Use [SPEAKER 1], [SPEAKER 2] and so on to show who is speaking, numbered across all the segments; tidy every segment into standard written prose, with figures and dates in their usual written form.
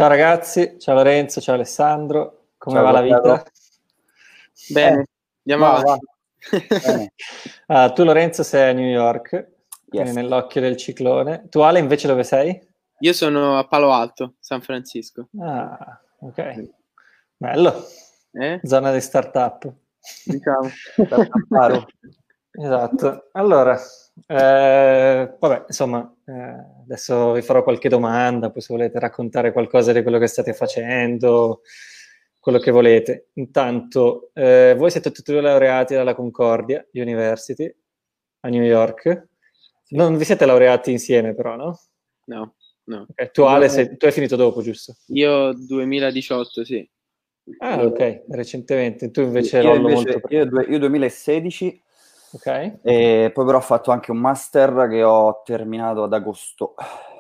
[SPEAKER 1] Ciao ragazzi, ciao Lorenzo, ciao Alessandro, come
[SPEAKER 2] Ciao,
[SPEAKER 1] va la vita?
[SPEAKER 3] Bene, andiamo avanti.
[SPEAKER 1] Bene. Tu Lorenzo sei a New York, quindi
[SPEAKER 2] Yes.
[SPEAKER 1] nell'occhio del ciclone. Tu Ale invece dove sei?
[SPEAKER 3] Io sono a Palo Alto, San Francisco.
[SPEAKER 1] Ah, ok. Bello. Zona di startup.
[SPEAKER 3] Diciamo.
[SPEAKER 1] Esatto. Allora, vabbè, insomma, adesso vi farò qualche domanda, poi se volete raccontare qualcosa di quello che state facendo, quello che volete. Intanto, voi siete tutti e due laureati dalla Concordia University a New York. Non vi siete laureati insieme però, no?
[SPEAKER 3] No.
[SPEAKER 1] Okay. Tu Ale, tu hai finito dopo, giusto?
[SPEAKER 3] Io 2018, sì.
[SPEAKER 1] Ah, ok, recentemente. Tu invece Lollo molto prima.
[SPEAKER 2] Io 2016.
[SPEAKER 1] Ok.
[SPEAKER 2] E poi però ho fatto anche un master che ho terminato ad agosto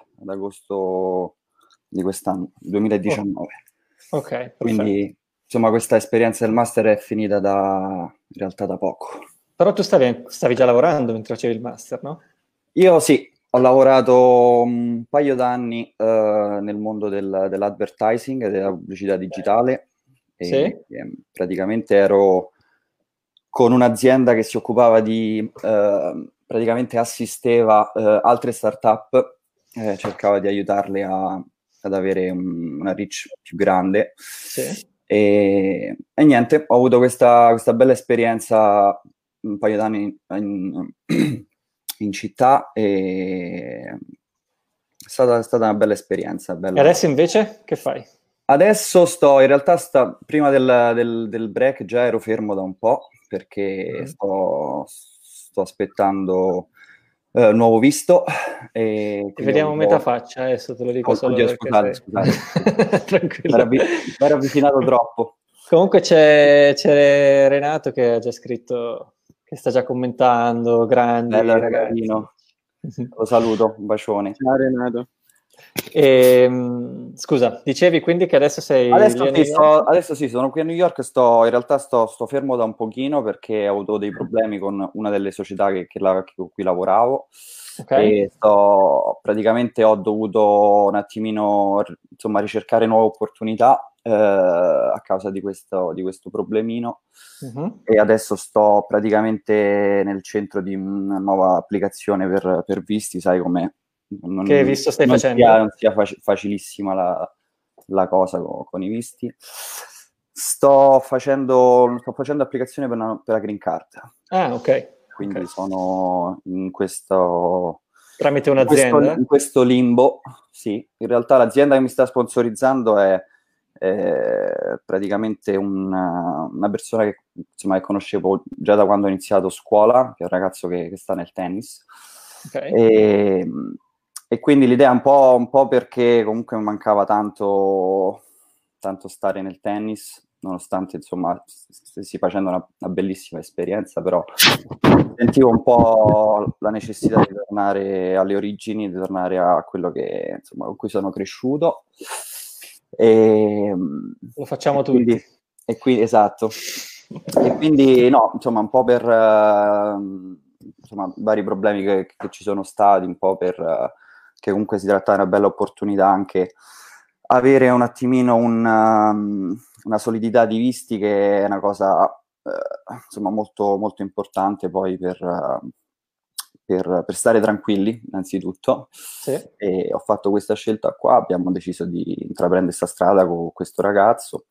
[SPEAKER 2] di quest'anno, 2019.
[SPEAKER 1] Ok, perfetto.
[SPEAKER 2] Quindi insomma questa esperienza del master è finita in realtà da poco.
[SPEAKER 1] Però tu stavi già lavorando mentre facevi il master, no?
[SPEAKER 2] Io sì, ho lavorato un paio d'anni nel mondo dell'advertising e della pubblicità digitale.
[SPEAKER 1] Sì?
[SPEAKER 2] E praticamente ero con un'azienda che si occupava praticamente assisteva altre startup, cercava di aiutarle ad avere una reach più grande.
[SPEAKER 1] Sì.
[SPEAKER 2] E niente, ho avuto questa bella esperienza un paio d'anni in città e è stata una bella esperienza.
[SPEAKER 1] E adesso invece che fai?
[SPEAKER 2] Adesso in realtà prima del break già ero fermo da un po' perché sto aspettando nuovo visto. E
[SPEAKER 1] Ti vediamo metà faccia, adesso te lo dico solo
[SPEAKER 2] oddio,
[SPEAKER 1] perché
[SPEAKER 2] scusate.
[SPEAKER 1] Tranquillo.
[SPEAKER 2] Mi ero avvicinato troppo.
[SPEAKER 1] Comunque c'è Renato che ha già scritto, che sta già commentando, grandi
[SPEAKER 2] Bello,
[SPEAKER 1] ragazzi.
[SPEAKER 2] Lo saluto, un bacione.
[SPEAKER 3] Ciao Renato.
[SPEAKER 1] Scusa, dicevi quindi che adesso sei
[SPEAKER 2] Adesso
[SPEAKER 1] lì a New York?
[SPEAKER 2] adesso sì, sono qui a New York, in realtà sto fermo da un pochino perché ho avuto dei problemi con una delle società con cui lavoravo.
[SPEAKER 1] Okay.
[SPEAKER 2] E praticamente ho dovuto un attimino insomma ricercare nuove opportunità a causa di questo problemino. E adesso sto praticamente nel centro di una nuova applicazione per visti, sai com'è.
[SPEAKER 1] Che visto stai facendo?
[SPEAKER 2] Non sia facilissima la cosa con i visti. Sto facendo applicazione per la green card.
[SPEAKER 1] Ah, ok.
[SPEAKER 2] Quindi sono in questo...
[SPEAKER 1] Tramite un'azienda?
[SPEAKER 2] In questo limbo, sì. In realtà l'azienda che mi sta sponsorizzando è praticamente una persona che, insomma, che conoscevo già da quando ho iniziato scuola, che è un ragazzo che sta nel tennis.
[SPEAKER 1] Okay.
[SPEAKER 2] E quindi l'idea è un po' perché comunque mi mancava tanto stare nel tennis, nonostante insomma stessi facendo una bellissima esperienza, però sentivo un po' la necessità di tornare alle origini, di tornare a quello che insomma con cui sono cresciuto.
[SPEAKER 1] Lo facciamo tutti.
[SPEAKER 2] E quindi esatto. E quindi no, insomma, un po' per insomma, vari problemi che ci sono stati, un po' per che comunque si tratta di una bella opportunità anche avere un attimino una solidità di visti, che è una cosa insomma molto, molto importante poi per stare tranquilli innanzitutto.
[SPEAKER 1] Sì.
[SPEAKER 2] E ho fatto questa scelta qua, abbiamo deciso di intraprendere questa strada con questo ragazzo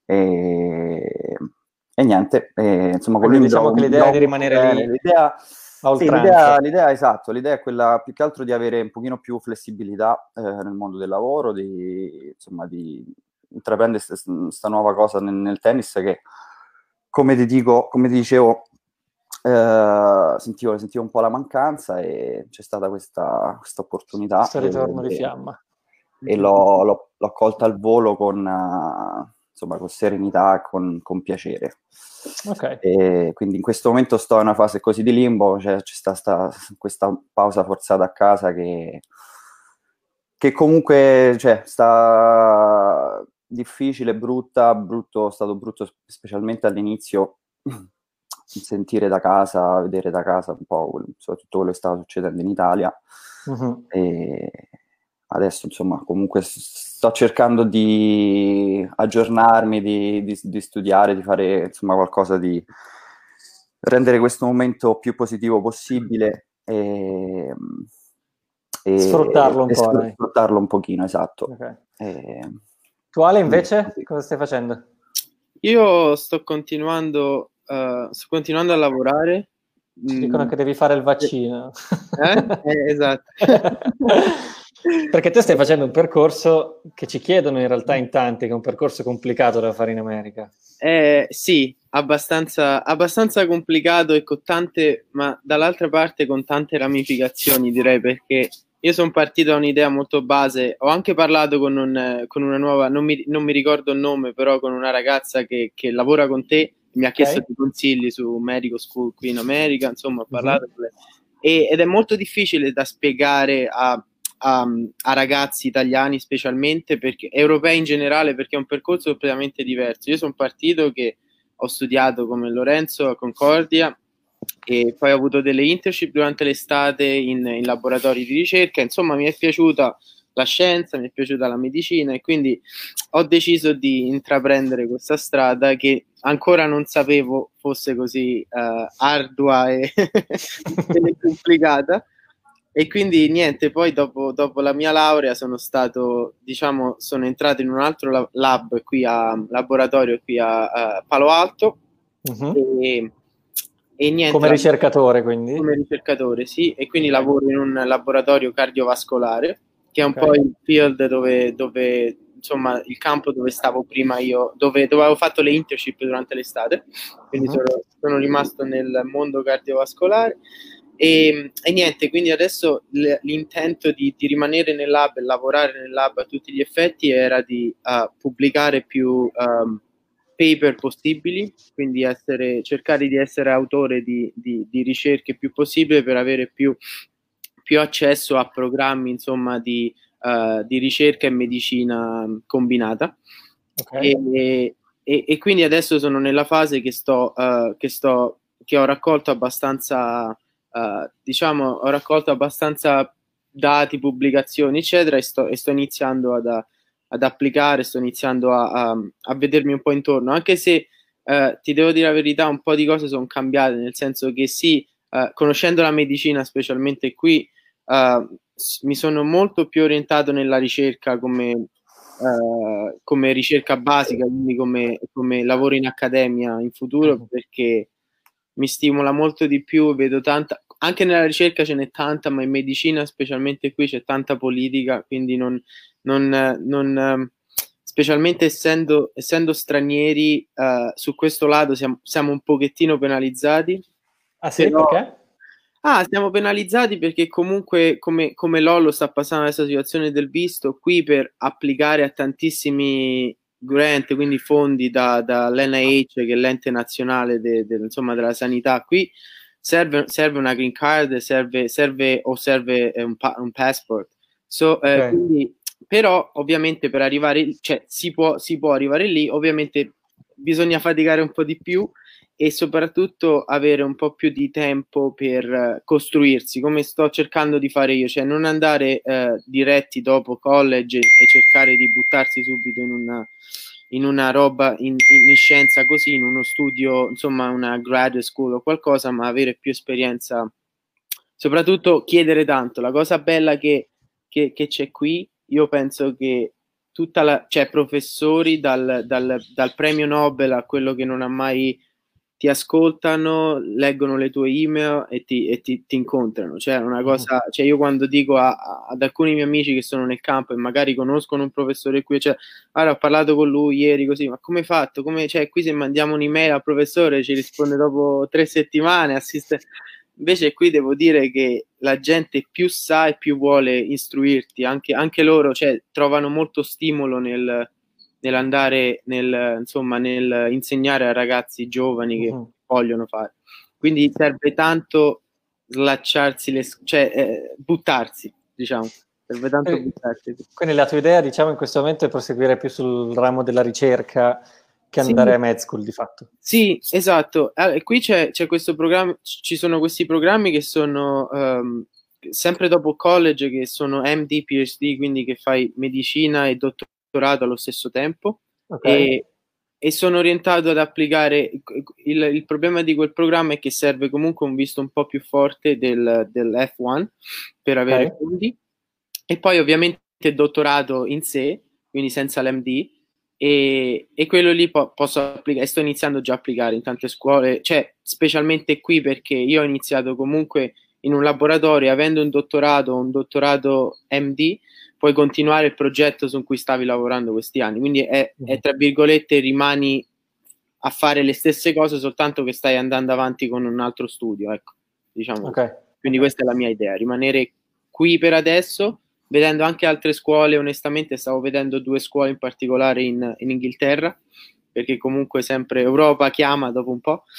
[SPEAKER 2] e niente, insomma con lui
[SPEAKER 1] diciamo che l'idea è di rimanere lì
[SPEAKER 2] l'idea
[SPEAKER 1] a oltranza.
[SPEAKER 2] Esatto, l'idea è quella più che altro di avere un pochino più flessibilità nel mondo del lavoro, di intraprendere questa nuova cosa nel tennis che, come ti dicevo, sentivo un po' la mancanza e c'è stata questa opportunità.
[SPEAKER 1] Questo ritorno di fiamma.
[SPEAKER 2] E l'ho colta al volo con serenità e con piacere.
[SPEAKER 1] Okay.
[SPEAKER 2] E quindi in questo momento sto in una fase così di limbo, cioè c'è sta questa pausa forzata a casa che comunque sta difficile, è stato brutto specialmente all'inizio sentire da casa, vedere da casa un po' soprattutto quello che stava succedendo in Italia. adesso insomma comunque sto cercando di aggiornarmi, di studiare, di fare insomma qualcosa di rendere questo momento più positivo possibile
[SPEAKER 1] Sfruttarlo un po', dai.
[SPEAKER 2] sfruttarlo un pochino, esatto.
[SPEAKER 1] Okay. Tu Ale invece
[SPEAKER 2] sì.
[SPEAKER 1] cosa stai facendo?
[SPEAKER 3] Io sto continuando a lavorare.
[SPEAKER 1] Ci dicono che devi fare il vaccino.
[SPEAKER 3] Esatto.
[SPEAKER 1] Perché te stai facendo un percorso che ci chiedono in realtà in tanti, che è un percorso complicato da fare in America.
[SPEAKER 3] Sì, abbastanza complicato e con tante, ma dall'altra parte con tante ramificazioni, direi, perché io sono partito da un'idea molto base. Ho anche parlato con una nuova, non mi ricordo il nome, però con una ragazza che lavora con te, mi ha chiesto dei consigli su medical school qui in America, insomma, ho parlato con lei. Ed è molto difficile da spiegare a ragazzi italiani specialmente, perché europei in generale, perché è un percorso completamente diverso. Io sono partito che ho studiato come Lorenzo a Concordia e poi ho avuto delle internship durante l'estate in laboratori di ricerca. Insomma, mi è piaciuta la scienza, mi è piaciuta la medicina e quindi ho deciso di intraprendere questa strada che ancora non sapevo fosse così ardua e complicata. E quindi niente, poi dopo la mia laurea sono entrato in un altro lab qui laboratorio qui a Palo Alto. E niente,
[SPEAKER 1] come ricercatore, quindi?
[SPEAKER 3] Come ricercatore, sì, e quindi lavoro in un laboratorio cardiovascolare, che è un po' il field dove insomma, il campo dove stavo prima io, dove avevo fatto le internship durante l'estate, quindi sono rimasto nel mondo cardiovascolare. E niente, quindi adesso l'intento di rimanere nel lab e lavorare nel lab a tutti gli effetti era di pubblicare più paper possibili, quindi cercare di essere autore di ricerche più possibili per avere più accesso a programmi, insomma, di ricerca e medicina combinata. E quindi adesso sono nella fase che ho raccolto abbastanza ho raccolto abbastanza dati, pubblicazioni, eccetera, e sto iniziando ad applicare, sto iniziando a vedermi un po' intorno, anche se ti devo dire la verità, un po' di cose sono cambiate, nel senso che sì, conoscendo la medicina, specialmente qui, mi sono molto più orientato nella ricerca come ricerca basica, quindi come lavoro in accademia in futuro, perché mi stimola molto di più, vedo tanta, anche nella ricerca ce n'è tanta, ma in medicina, specialmente qui, c'è tanta politica, quindi specialmente essendo stranieri, su questo lato siamo un pochettino penalizzati.
[SPEAKER 1] Ah sì, perché?
[SPEAKER 3] Siamo penalizzati perché comunque, come Lollo sta passando questa situazione del visto, qui per applicare a tantissimi grant, quindi fondi dall'NIH, che è l'ente nazionale insomma, della sanità, qui serve una green card, serve un passport. Quindi, però ovviamente per arrivare, cioè si può arrivare lì, ovviamente bisogna faticare un po' di più e soprattutto avere un po' più di tempo per costruirsi, come sto cercando di fare io, cioè non andare diretti dopo college e cercare di buttarsi subito in una roba in scienza così, in uno studio, insomma una graduate school o qualcosa, ma avere più esperienza, soprattutto chiedere tanto. La cosa bella che c'è qui, io penso che cioè professori dal premio Nobel a quello che non ha mai, ti ascoltano, leggono le tue email e ti incontrano. Cioè, una cosa, cioè io quando dico ad alcuni miei amici che sono nel campo e magari conoscono un professore qui, cioè, ho parlato con lui ieri così, ma come hai fatto? Cioè, qui se mandiamo un'email al professore ci risponde dopo 3 settimane, Invece qui devo dire che la gente più sa e più vuole istruirti, anche loro, cioè, trovano molto stimolo nell'andare, nel insegnare a ragazzi giovani che vogliono fare. Quindi serve tanto slacciarsi, buttarsi, diciamo. Serve tanto buttarsi.
[SPEAKER 1] Quindi la tua idea, diciamo, in questo momento è proseguire più sul ramo della ricerca che andare a med school, di fatto.
[SPEAKER 3] Sì, esatto. Qui c'è questo programma, ci sono questi programmi che sono sempre dopo college, che sono MD, PhD, quindi che fai medicina e dottorato allo stesso tempo.
[SPEAKER 1] Ok.
[SPEAKER 3] E sono orientato ad applicare. Il problema di quel programma è che serve comunque un visto un po' più forte del F1 per avere
[SPEAKER 1] Ok.
[SPEAKER 3] fondi, e poi ovviamente il dottorato in sé, quindi senza l'MD, e quello lì posso applicare, sto iniziando già a applicare in tante scuole, cioè specialmente qui, perché io ho iniziato comunque in un laboratorio, avendo un dottorato MD, puoi continuare il progetto su cui stavi lavorando questi anni, quindi è tra virgolette, rimani a fare le stesse cose, soltanto che stai andando avanti con un altro studio, ecco, diciamo.
[SPEAKER 1] Ok.
[SPEAKER 3] Quindi questa è la mia idea, rimanere qui per adesso, vedendo anche altre scuole. Onestamente stavo vedendo 2 scuole in particolare in Inghilterra, perché comunque sempre Europa chiama dopo un po',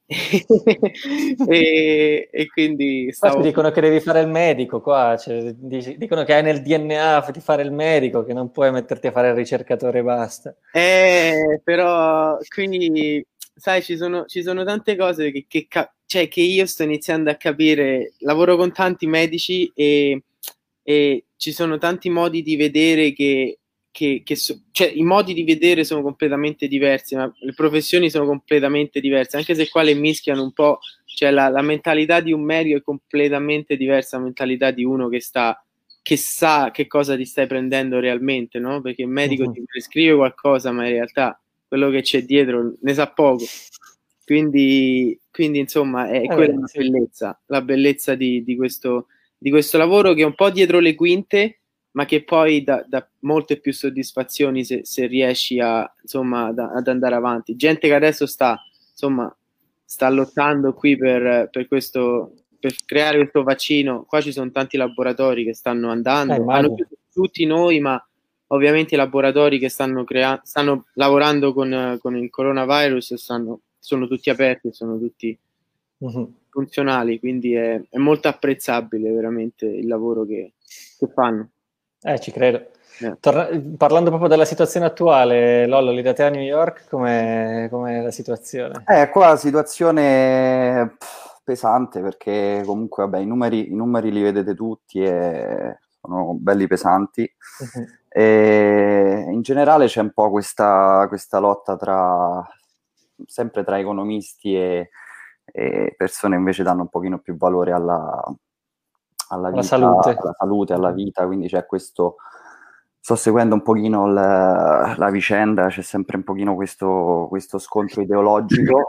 [SPEAKER 3] e quindi
[SPEAKER 1] Qua ti
[SPEAKER 3] stavo...
[SPEAKER 1] dicono che devi fare il medico, qua cioè, dicono che hai nel DNA di fare il medico, che non puoi metterti a fare il ricercatore e basta.
[SPEAKER 3] Però qui, sai, ci sono tante cose cioè, che io sto iniziando a capire. Lavoro con tanti medici, e ci sono tanti modi di vedere cioè, i modi di vedere sono completamente diversi, ma le professioni sono completamente diverse, anche se qua le mischiano un po'. Cioè la mentalità di un medico è completamente diversa dalla mentalità di uno che sa che cosa ti stai prendendo realmente, no? Perché il medico ti prescrive qualcosa, ma in realtà quello che c'è dietro ne sa poco. Quindi insomma, è quella la bellezza di questo lavoro, che è un po' dietro le quinte, ma che poi dà molte più soddisfazioni se riesci insomma, ad andare avanti. Gente che adesso sta lottando qui per creare questo vaccino. Qua ci sono tanti laboratori che stanno andando, hanno chiuso tutti noi, ma ovviamente i laboratori che stanno lavorando con il coronavirus sono tutti aperti e sono tutti funzionali, quindi è molto apprezzabile veramente il lavoro che fanno.
[SPEAKER 1] Ci credo. Parlando proprio della situazione attuale, Lollo, lì da te a New York, com'è la situazione?
[SPEAKER 2] Qua la situazione pesante, perché comunque vabbè, i numeri li vedete tutti e sono belli pesanti. E in generale c'è un po' questa lotta sempre tra economisti e persone invece danno un pochino più valore alla vita,
[SPEAKER 1] salute.
[SPEAKER 2] alla salute, alla vita, quindi c'è questo. Sto seguendo un pochino la vicenda, c'è sempre un pochino questo scontro ideologico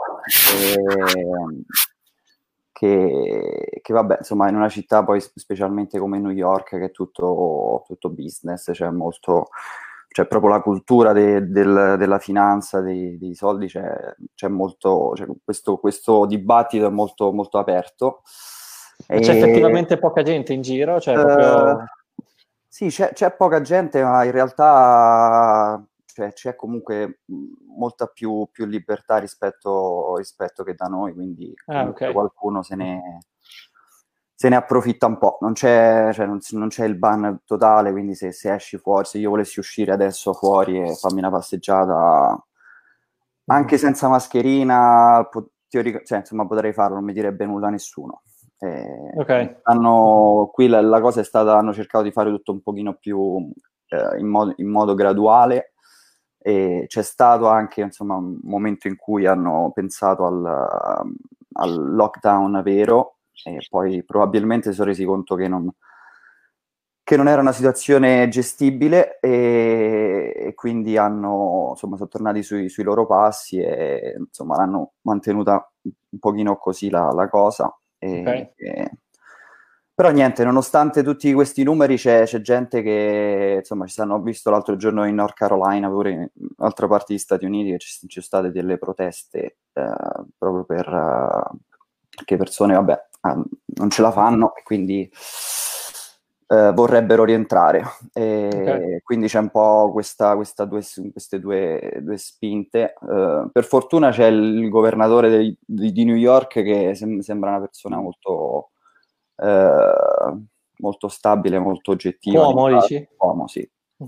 [SPEAKER 2] che vabbè, insomma, in una città poi specialmente come New York, che è tutto business, c'è proprio la cultura della finanza, dei soldi, c'è molto, questo dibattito è molto, molto aperto.
[SPEAKER 1] C'è effettivamente poca gente in giro? Cioè, proprio...
[SPEAKER 2] Sì, c'è poca gente, ma in realtà c'è comunque molta più libertà rispetto che da noi, quindi comunque qualcuno se ne approfitta un po'. Non c'è il ban totale, quindi se esci fuori, se io volessi uscire adesso fuori e farmi una passeggiata, anche senza mascherina, insomma, potrei farlo, non mi direbbe nulla a nessuno. Qui la cosa è stata, hanno cercato di fare tutto un pochino più in modo graduale, e c'è stato anche, insomma, un momento in cui hanno pensato al lockdown vero, e poi probabilmente si sono resi conto che non era una situazione gestibile, e quindi sono tornati sui loro passi, e insomma l'hanno mantenuta un pochino così la cosa. Però niente, nonostante tutti questi numeri, c'è gente che, insomma, ho visto l'altro giorno in North Carolina, pure in altre parti degli Stati Uniti, che ci sono state delle proteste proprio perché persone, vabbè, non ce la fanno, e quindi vorrebbero rientrare. Quindi c'è un po' queste due spinte. Per fortuna c'è il governatore di New York, che sembra una persona molto molto stabile, molto oggettiva.
[SPEAKER 1] Uomo, dici?
[SPEAKER 2] Uomo, sì.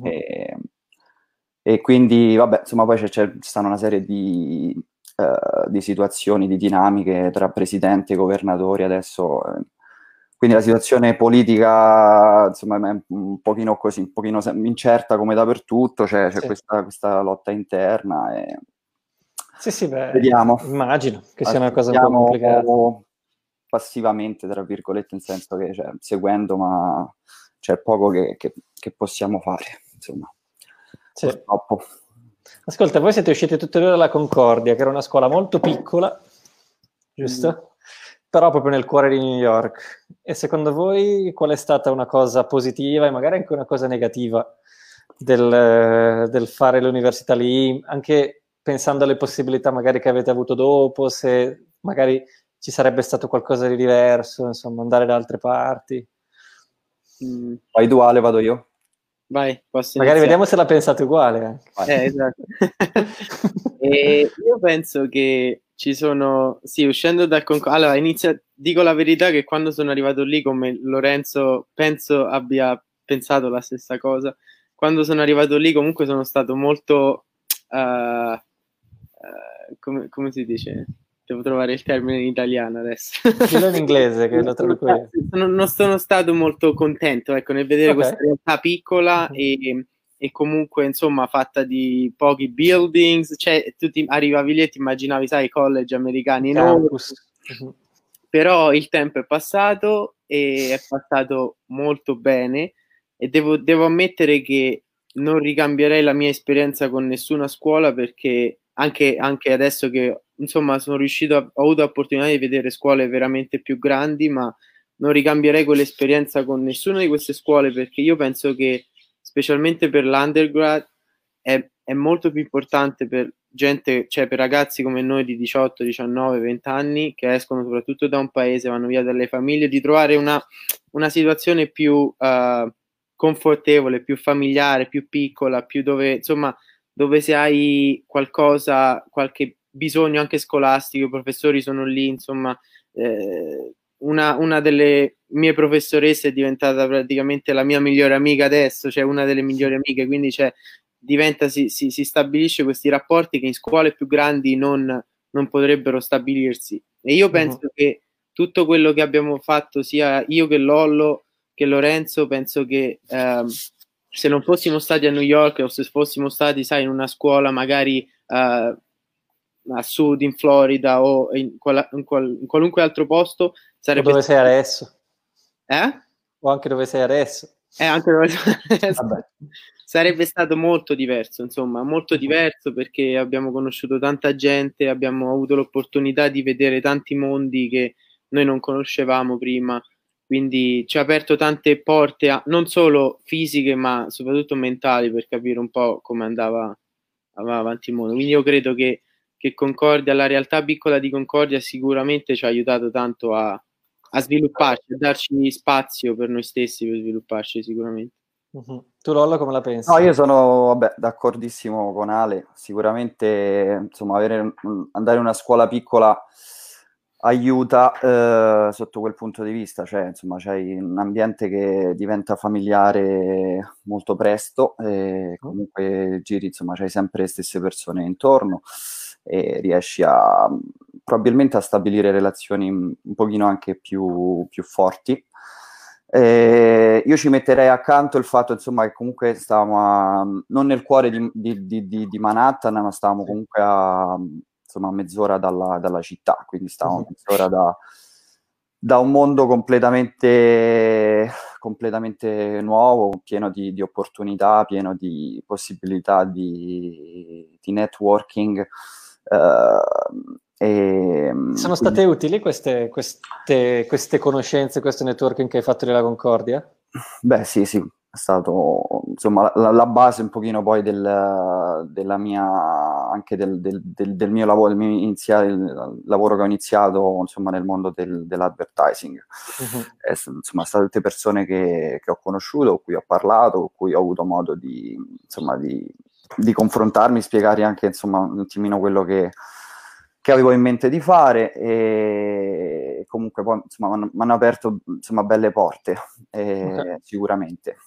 [SPEAKER 2] E quindi, vabbè, insomma, poi ci stanno una serie di situazioni, di dinamiche tra presidente e governatori. Adesso Quindi la situazione politica, insomma, è un pochino così, un pochino incerta come dappertutto, c'è
[SPEAKER 1] Sì.
[SPEAKER 2] questa lotta interna e
[SPEAKER 1] Sì, beh,
[SPEAKER 2] vediamo.
[SPEAKER 1] immagino che sia una cosa un po'
[SPEAKER 2] Assistiamo
[SPEAKER 1] complicata.
[SPEAKER 2] passivamente, tra virgolette, nel senso che seguendo, ma c'è poco che possiamo fare, insomma,
[SPEAKER 1] Sì.
[SPEAKER 2] purtroppo.
[SPEAKER 1] Ascolta, voi siete usciti tutte e due dalla Concordia, che era una scuola molto piccola, giusto? Però proprio nel cuore di New York. E secondo voi qual è stata una cosa positiva e magari anche una cosa negativa del fare l'università lì, anche pensando alle possibilità magari che avete avuto dopo, se magari ci sarebbe stato qualcosa di diverso, insomma, andare da altre parti.
[SPEAKER 2] Vai tu, Ale, vado io.
[SPEAKER 3] Vai, posso
[SPEAKER 1] Magari
[SPEAKER 3] iniziare?
[SPEAKER 1] vediamo se la pensate uguale anche.
[SPEAKER 3] Esatto. E io penso che ci sono, sì, uscendo dal concorso, allora dico la verità che quando sono arrivato lì, come Lorenzo penso abbia pensato la stessa cosa, quando sono arrivato lì comunque sono stato molto, come si dice? Devo trovare il termine in italiano adesso.
[SPEAKER 1] Dillo in inglese che lo traduco io.
[SPEAKER 3] Non sono stato molto contento, ecco, nel vedere questa realtà piccola e comunque, insomma, fatta di pochi buildings, cioè tu arrivavi lì e ti immaginavi, sai, i college americani enormi. Però il tempo è passato e è passato molto bene e devo ammettere che non ricambierei la mia esperienza con nessuna scuola, perché anche adesso che insomma sono riuscito ho avuto l'opportunità di vedere scuole veramente più grandi, ma non ricambierei quell'esperienza con nessuna di queste scuole, perché io penso che specialmente per l'undergrad è molto più importante per gente, cioè per ragazzi come noi di 18, 19, 20 anni che escono soprattutto da un paese, vanno via dalle famiglie, di trovare una situazione più confortevole, più familiare, più piccola, più dove, insomma, dove se hai qualcosa, qualche bisogno anche scolastico, i professori sono lì, insomma, una delle mie professoresse è diventata praticamente la mia migliore amica adesso, cioè una delle migliori amiche, quindi si stabilisce questi rapporti che in scuole più grandi non potrebbero stabilirsi. E io penso che tutto quello che abbiamo fatto, sia io che Lollo, che Lorenzo, penso che se non fossimo stati a New York o se fossimo stati, sai, in una scuola magari a sud in Florida o in qualunque altro posto, sarebbe
[SPEAKER 1] o dove sei adesso.
[SPEAKER 3] O
[SPEAKER 1] anche dove sei adesso.
[SPEAKER 3] Anche dove sarebbe stato molto diverso, insomma, molto diverso, perché abbiamo conosciuto tanta gente, abbiamo avuto l'opportunità di vedere tanti mondi che noi non conoscevamo prima, quindi ci ha aperto tante porte, non solo fisiche, ma soprattutto mentali, per capire un po' come andava avanti il mondo. Quindi io credo che Concordia, la realtà piccola di Concordia, sicuramente ci ha aiutato tanto a svilupparci, a darci spazio per noi stessi per svilupparci sicuramente.
[SPEAKER 1] Tu Lollo come la pensi?
[SPEAKER 2] No, io sono d'accordissimo con Ale, sicuramente insomma andare in una scuola piccola aiuta sotto quel punto di vista, cioè insomma c'hai un ambiente che diventa familiare molto presto e comunque giri, insomma c'hai sempre le stesse persone intorno e riesci probabilmente a stabilire relazioni un pochino anche più forti. Io ci metterei accanto il fatto, insomma, che comunque stavamo non nel cuore di Manhattan, ma stavamo comunque a mezz'ora dalla città, quindi stavamo mezz'ora da un mondo completamente nuovo, pieno di opportunità, pieno di possibilità di networking.
[SPEAKER 1] Sono state utili queste conoscenze, questo networking che hai fatto della Concordia?
[SPEAKER 2] Beh, sì, è stato insomma la base un pochino poi della mia, anche del mio lavoro, il lavoro che ho iniziato insomma nel mondo dell'advertising. Insomma, state tutte persone che ho conosciuto, con cui ho parlato, con cui ho avuto modo di confrontarmi, spiegare anche insomma un attimino quello che avevo in mente di fare, e comunque poi insomma mi hanno aperto insomma belle porte, sicuramente.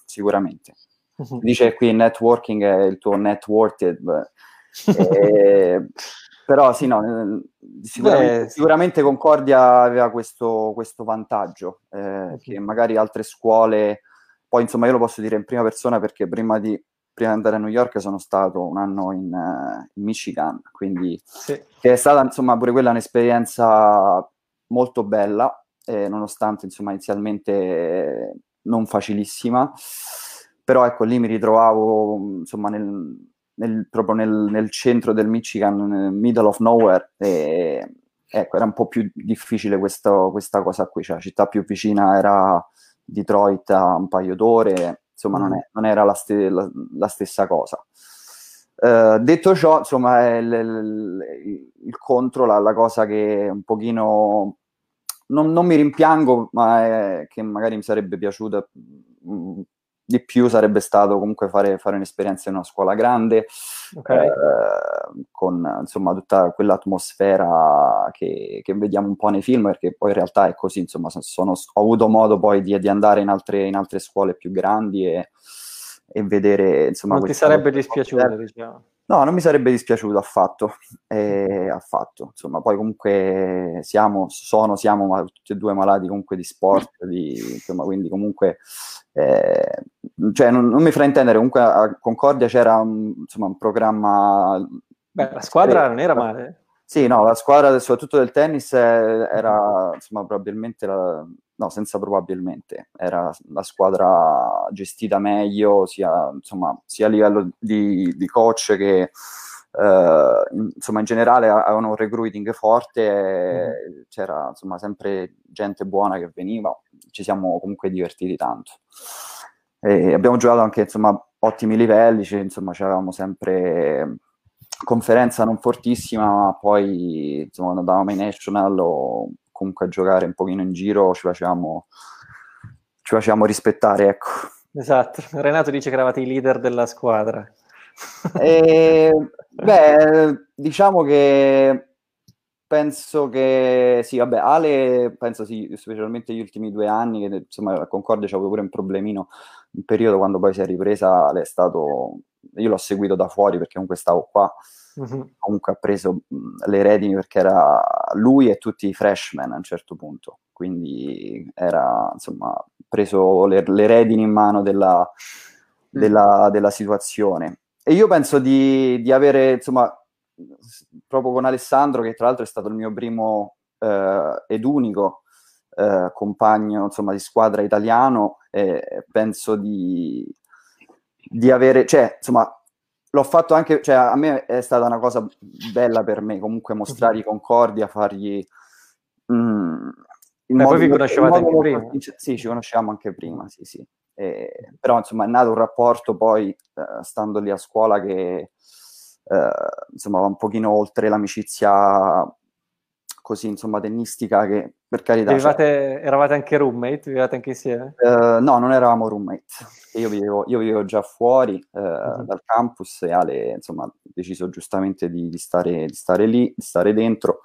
[SPEAKER 2] Dice qui networking è il tuo net worth, Però sì, no, sicuramente Concordia aveva questo vantaggio, che magari altre scuole, poi insomma io lo posso dire in prima persona perché prima di andare a New York sono stato un anno in Michigan, quindi
[SPEAKER 1] Sì.
[SPEAKER 2] che è stata insomma pure quella un'esperienza molto bella, nonostante insomma inizialmente non facilissima, però ecco lì mi ritrovavo insomma proprio nel centro del Michigan, nel middle of nowhere, e ecco, era un po' più difficile questa cosa qui, cioè la città più vicina era Detroit a un paio d'ore, insomma non era la stessa cosa. Detto ciò, insomma, è il contro, la cosa che un pochino non mi rimpiango, ma che magari mi sarebbe piaciuta di più sarebbe stato comunque fare un'esperienza in una scuola grande, con insomma tutta quell'atmosfera che vediamo un po' nei film, perché poi in realtà è così, insomma ho avuto modo poi di andare in altre scuole più grandi e vedere insomma
[SPEAKER 1] non ti sarebbe dispiaciuto, diciamo.
[SPEAKER 2] No, non mi sarebbe dispiaciuto affatto, affatto. Insomma, poi comunque siamo tutti e due malati comunque di sport, insomma, quindi comunque, cioè non mi fraintendere, comunque a Concordia c'era insomma, un programma...
[SPEAKER 1] Beh, la squadra non era male.
[SPEAKER 2] Sì, no, la squadra soprattutto del tennis era, insomma, probabilmente, no, senza probabilmente, era la squadra gestita meglio, sia a livello di coach che, insomma, in generale avevano un recruiting forte, c'era, insomma, sempre gente buona che veniva, ci siamo comunque divertiti tanto. E abbiamo giocato anche, insomma, ottimi livelli, insomma, c'avevamo sempre... conferenza non fortissima, ma poi insomma, quando andavamo ai National o comunque a giocare un pochino in giro ci facevamo rispettare, ecco.
[SPEAKER 1] Esatto, Renato dice che eravate i leader della squadra.
[SPEAKER 2] Beh, diciamo che penso che sì, vabbè, Ale penso sì, specialmente gli ultimi 2 anni, che insomma a Concordia c'avevo pure un problemino, un periodo quando poi si è ripresa, Ale è stato, io l'ho seguito da fuori perché comunque stavo qua, comunque ha preso le redini perché era lui e tutti i freshman a un certo punto, quindi era insomma preso le redini in mano della situazione. E io penso di avere, insomma, proprio con Alessandro, che tra l'altro è stato il mio primo ed unico compagno, insomma, di squadra italiano, penso di avere, cioè, insomma, l'ho fatto anche, cioè, a me è stata una cosa bella per me, comunque mostrare i Concordia, fargli...
[SPEAKER 1] poi vi conoscevate anche prima?
[SPEAKER 2] Sì, ci conoscevamo anche prima, sì. Però insomma è nato un rapporto poi stando lì a scuola che insomma va un pochino oltre l'amicizia così insomma tennistica, che per carità
[SPEAKER 1] eravate anche roommate? Vivevate anche insieme?
[SPEAKER 2] no, non eravamo roommate, io vivevo già fuori dal campus e Ale insomma ha deciso giustamente di stare lì, di stare dentro,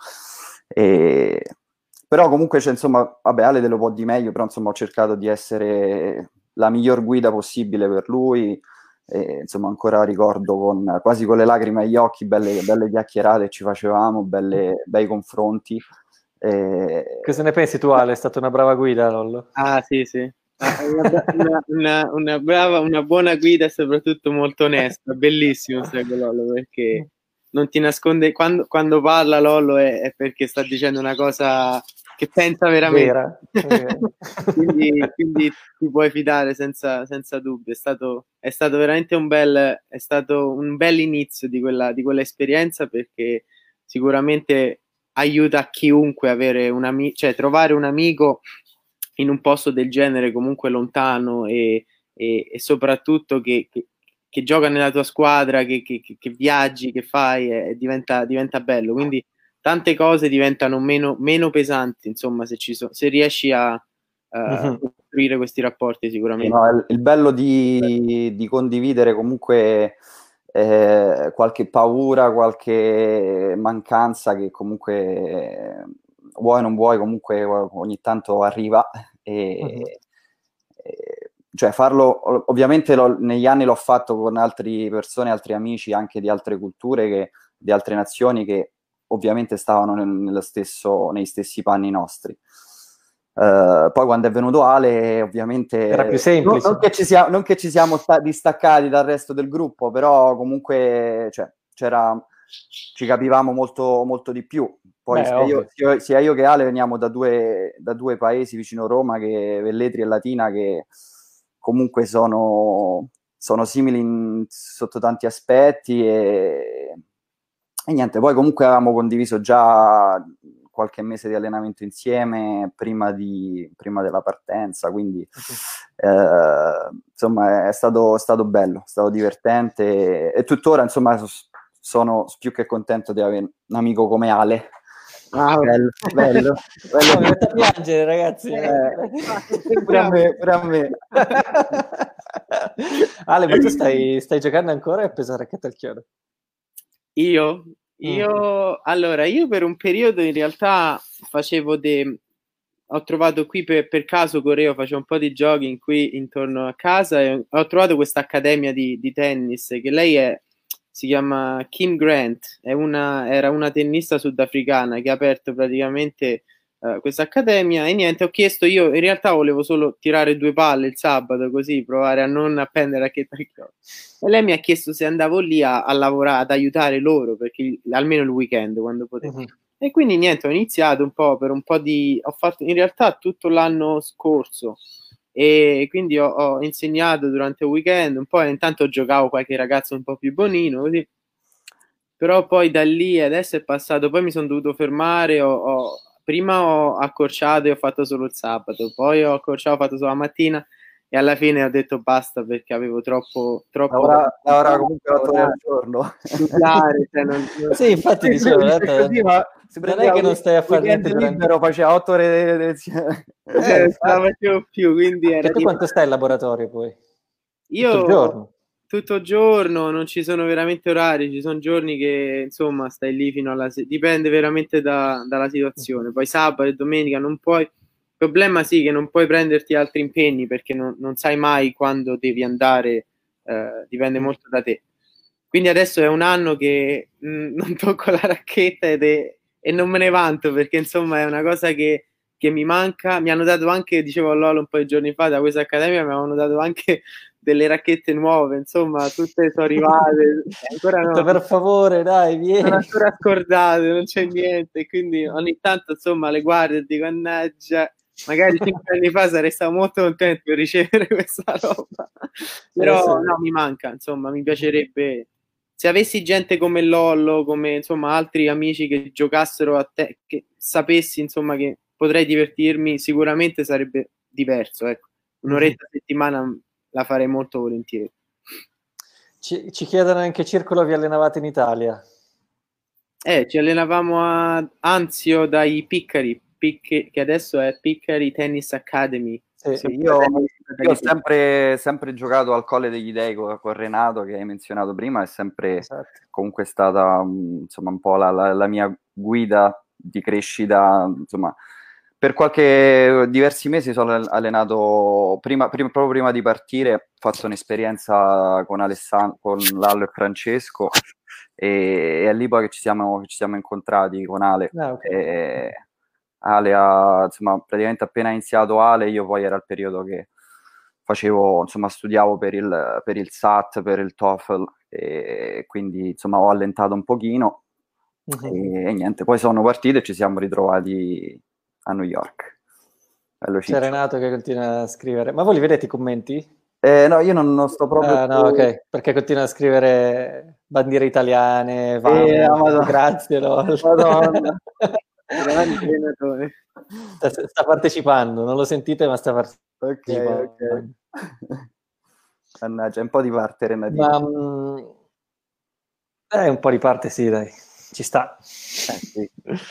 [SPEAKER 2] però comunque c'è, insomma, vabbè, Ale te lo può di meglio, però insomma ho cercato di essere la miglior guida possibile per lui, e, insomma ancora ricordo quasi con le lacrime agli occhi, belle chiacchierate ci facevamo, bei confronti.
[SPEAKER 1] Cosa ne pensi tu, Ale? È stata una brava guida, Lollo?
[SPEAKER 3] Ah, sì. Una buona guida e soprattutto molto onesta, bellissimo Lollo, perché non ti nasconde, quando parla Lollo è perché sta dicendo una cosa che pensa veramente.
[SPEAKER 1] Vera.
[SPEAKER 3] quindi ti puoi fidare senza dubbio. È stato veramente un bel inizio di quella esperienza, perché sicuramente aiuta a chiunque avere cioè trovare un amico in un posto del genere, comunque lontano, e soprattutto che gioca nella tua squadra, che viaggi, che fai, diventa bello. Quindi tante cose diventano meno pesanti, insomma, se riesci a costruire questi rapporti, sicuramente.
[SPEAKER 2] No, il bello di condividere comunque qualche paura, qualche mancanza che comunque vuoi o non vuoi, comunque ogni tanto arriva, cioè farlo, ovviamente negli anni l'ho fatto con altre persone, altri amici anche di altre culture, di altre nazioni, che ovviamente stavano nei stessi panni nostri. Poi quando è venuto Ale, ovviamente
[SPEAKER 1] era più semplice.
[SPEAKER 2] non che ci siamo distaccati dal resto del gruppo, però comunque cioè, ci capivamo molto, molto di più. Poi sia io che Ale veniamo da due paesi vicino Roma, Velletri e Latina, che comunque sono simili sotto tanti aspetti e niente, poi comunque avevamo condiviso già qualche mese di allenamento insieme prima della partenza, quindi insomma è stato bello, è stato divertente e tuttora insomma sono più che contento di avere un amico come Ale. Bello.
[SPEAKER 1] No, mi metto a piangere, ragazzi.
[SPEAKER 2] Pure a me.
[SPEAKER 1] Ale, ma tu stai giocando ancora e hai preso la racchetta al chiodo?
[SPEAKER 3] Io allora, io per un periodo in realtà ho trovato qui per caso Coreo, facevo un po' di jogging qui intorno a casa e ho trovato questa accademia di tennis che lei si chiama Kim Grant, era una tennista sudafricana che ha aperto praticamente questa accademia e niente, ho chiesto, io in realtà volevo solo tirare 2 palle il sabato così, provare a non appendere la racchetta al chiodo e lei mi ha chiesto se andavo lì a lavorare, ad aiutare loro perché almeno il weekend quando potevo e quindi niente, ho iniziato ho fatto in realtà tutto l'anno scorso e quindi ho insegnato durante il weekend un po' e intanto giocavo qualche ragazzo un po' più bonino così, però poi da lì adesso è passato, poi mi sono dovuto fermare, prima ho accorciato e ho fatto solo il sabato, poi ho accorciato, ho fatto solo la mattina e alla fine ho detto basta perché avevo troppo
[SPEAKER 2] lavora comunque 8 ore al giorno.
[SPEAKER 1] Sì, infatti dicevo, non è che non stai a fare niente
[SPEAKER 2] libero, faceva 8 ore
[SPEAKER 3] non la facevo più, quindi era
[SPEAKER 1] tu quanto stai in laboratorio poi?
[SPEAKER 3] Io
[SPEAKER 1] tutto il giorno?
[SPEAKER 3] Tutto il giorno, non ci sono veramente orari, ci sono giorni che insomma stai lì fino alla dipende veramente dalla situazione. Poi sabato e domenica non puoi. Il problema sì che non puoi prenderti altri impegni perché non sai mai quando devi andare, dipende molto da te. Quindi adesso è un anno che non tocco la racchetta e non me ne vanto perché insomma è una cosa che mi manca. Mi hanno dato anche, dicevo a Lolo un po' di giorni fa, da questa accademia mi avevano dato anche delle racchette nuove, insomma, tutte sono arrivate. Ancora no.
[SPEAKER 1] Per favore, dai, vieni.
[SPEAKER 3] Sono ancora scordate, non c'è niente. Quindi ogni tanto, insomma, le guardo e dico, mannaggia, magari 5 anni fa sarei stato molto contento di ricevere questa roba. Però no, mi manca, insomma, mi piacerebbe. Se avessi gente come Lollo, come insomma altri amici che giocassero a te, che sapessi insomma che potrei divertirmi, sicuramente sarebbe diverso. Ecco. Un'oretta a settimana la farei molto volentieri.
[SPEAKER 1] Ci chiedono in che circolo vi allenavate in Italia?
[SPEAKER 3] Ci allenavamo a Anzio dai Piccari, che adesso è Piccari Tennis Academy.
[SPEAKER 2] Sì, io ho sempre giocato al Colle degli Dei con Renato che hai menzionato prima, è sempre comunque stata insomma un po' la mia guida di crescita, insomma per diversi mesi sono allenato proprio prima di partire, ho fatto un'esperienza con Lallo e Francesco e è lì poi che ci siamo incontrati con Ale. Ale insomma, praticamente appena iniziato Ale, io poi era il periodo che studiavo per il SAT, per il TOEFL, e quindi insomma ho allentato un pochino e niente, poi sono partito e ci siamo ritrovati a New York.
[SPEAKER 1] C'è Renato che continua a scrivere, ma voi li vedete i commenti?
[SPEAKER 2] No, io non sto proprio...
[SPEAKER 1] no, ok, perché continua a scrivere bandiere italiane, grazie,
[SPEAKER 3] Madonna.
[SPEAKER 1] Sta partecipando, non lo sentite ma sta partecipando.
[SPEAKER 2] Ok. Mannaggia, un po' di parte Renatino.
[SPEAKER 1] Un po' di parte sì, dai, ci sta.
[SPEAKER 2] Sì.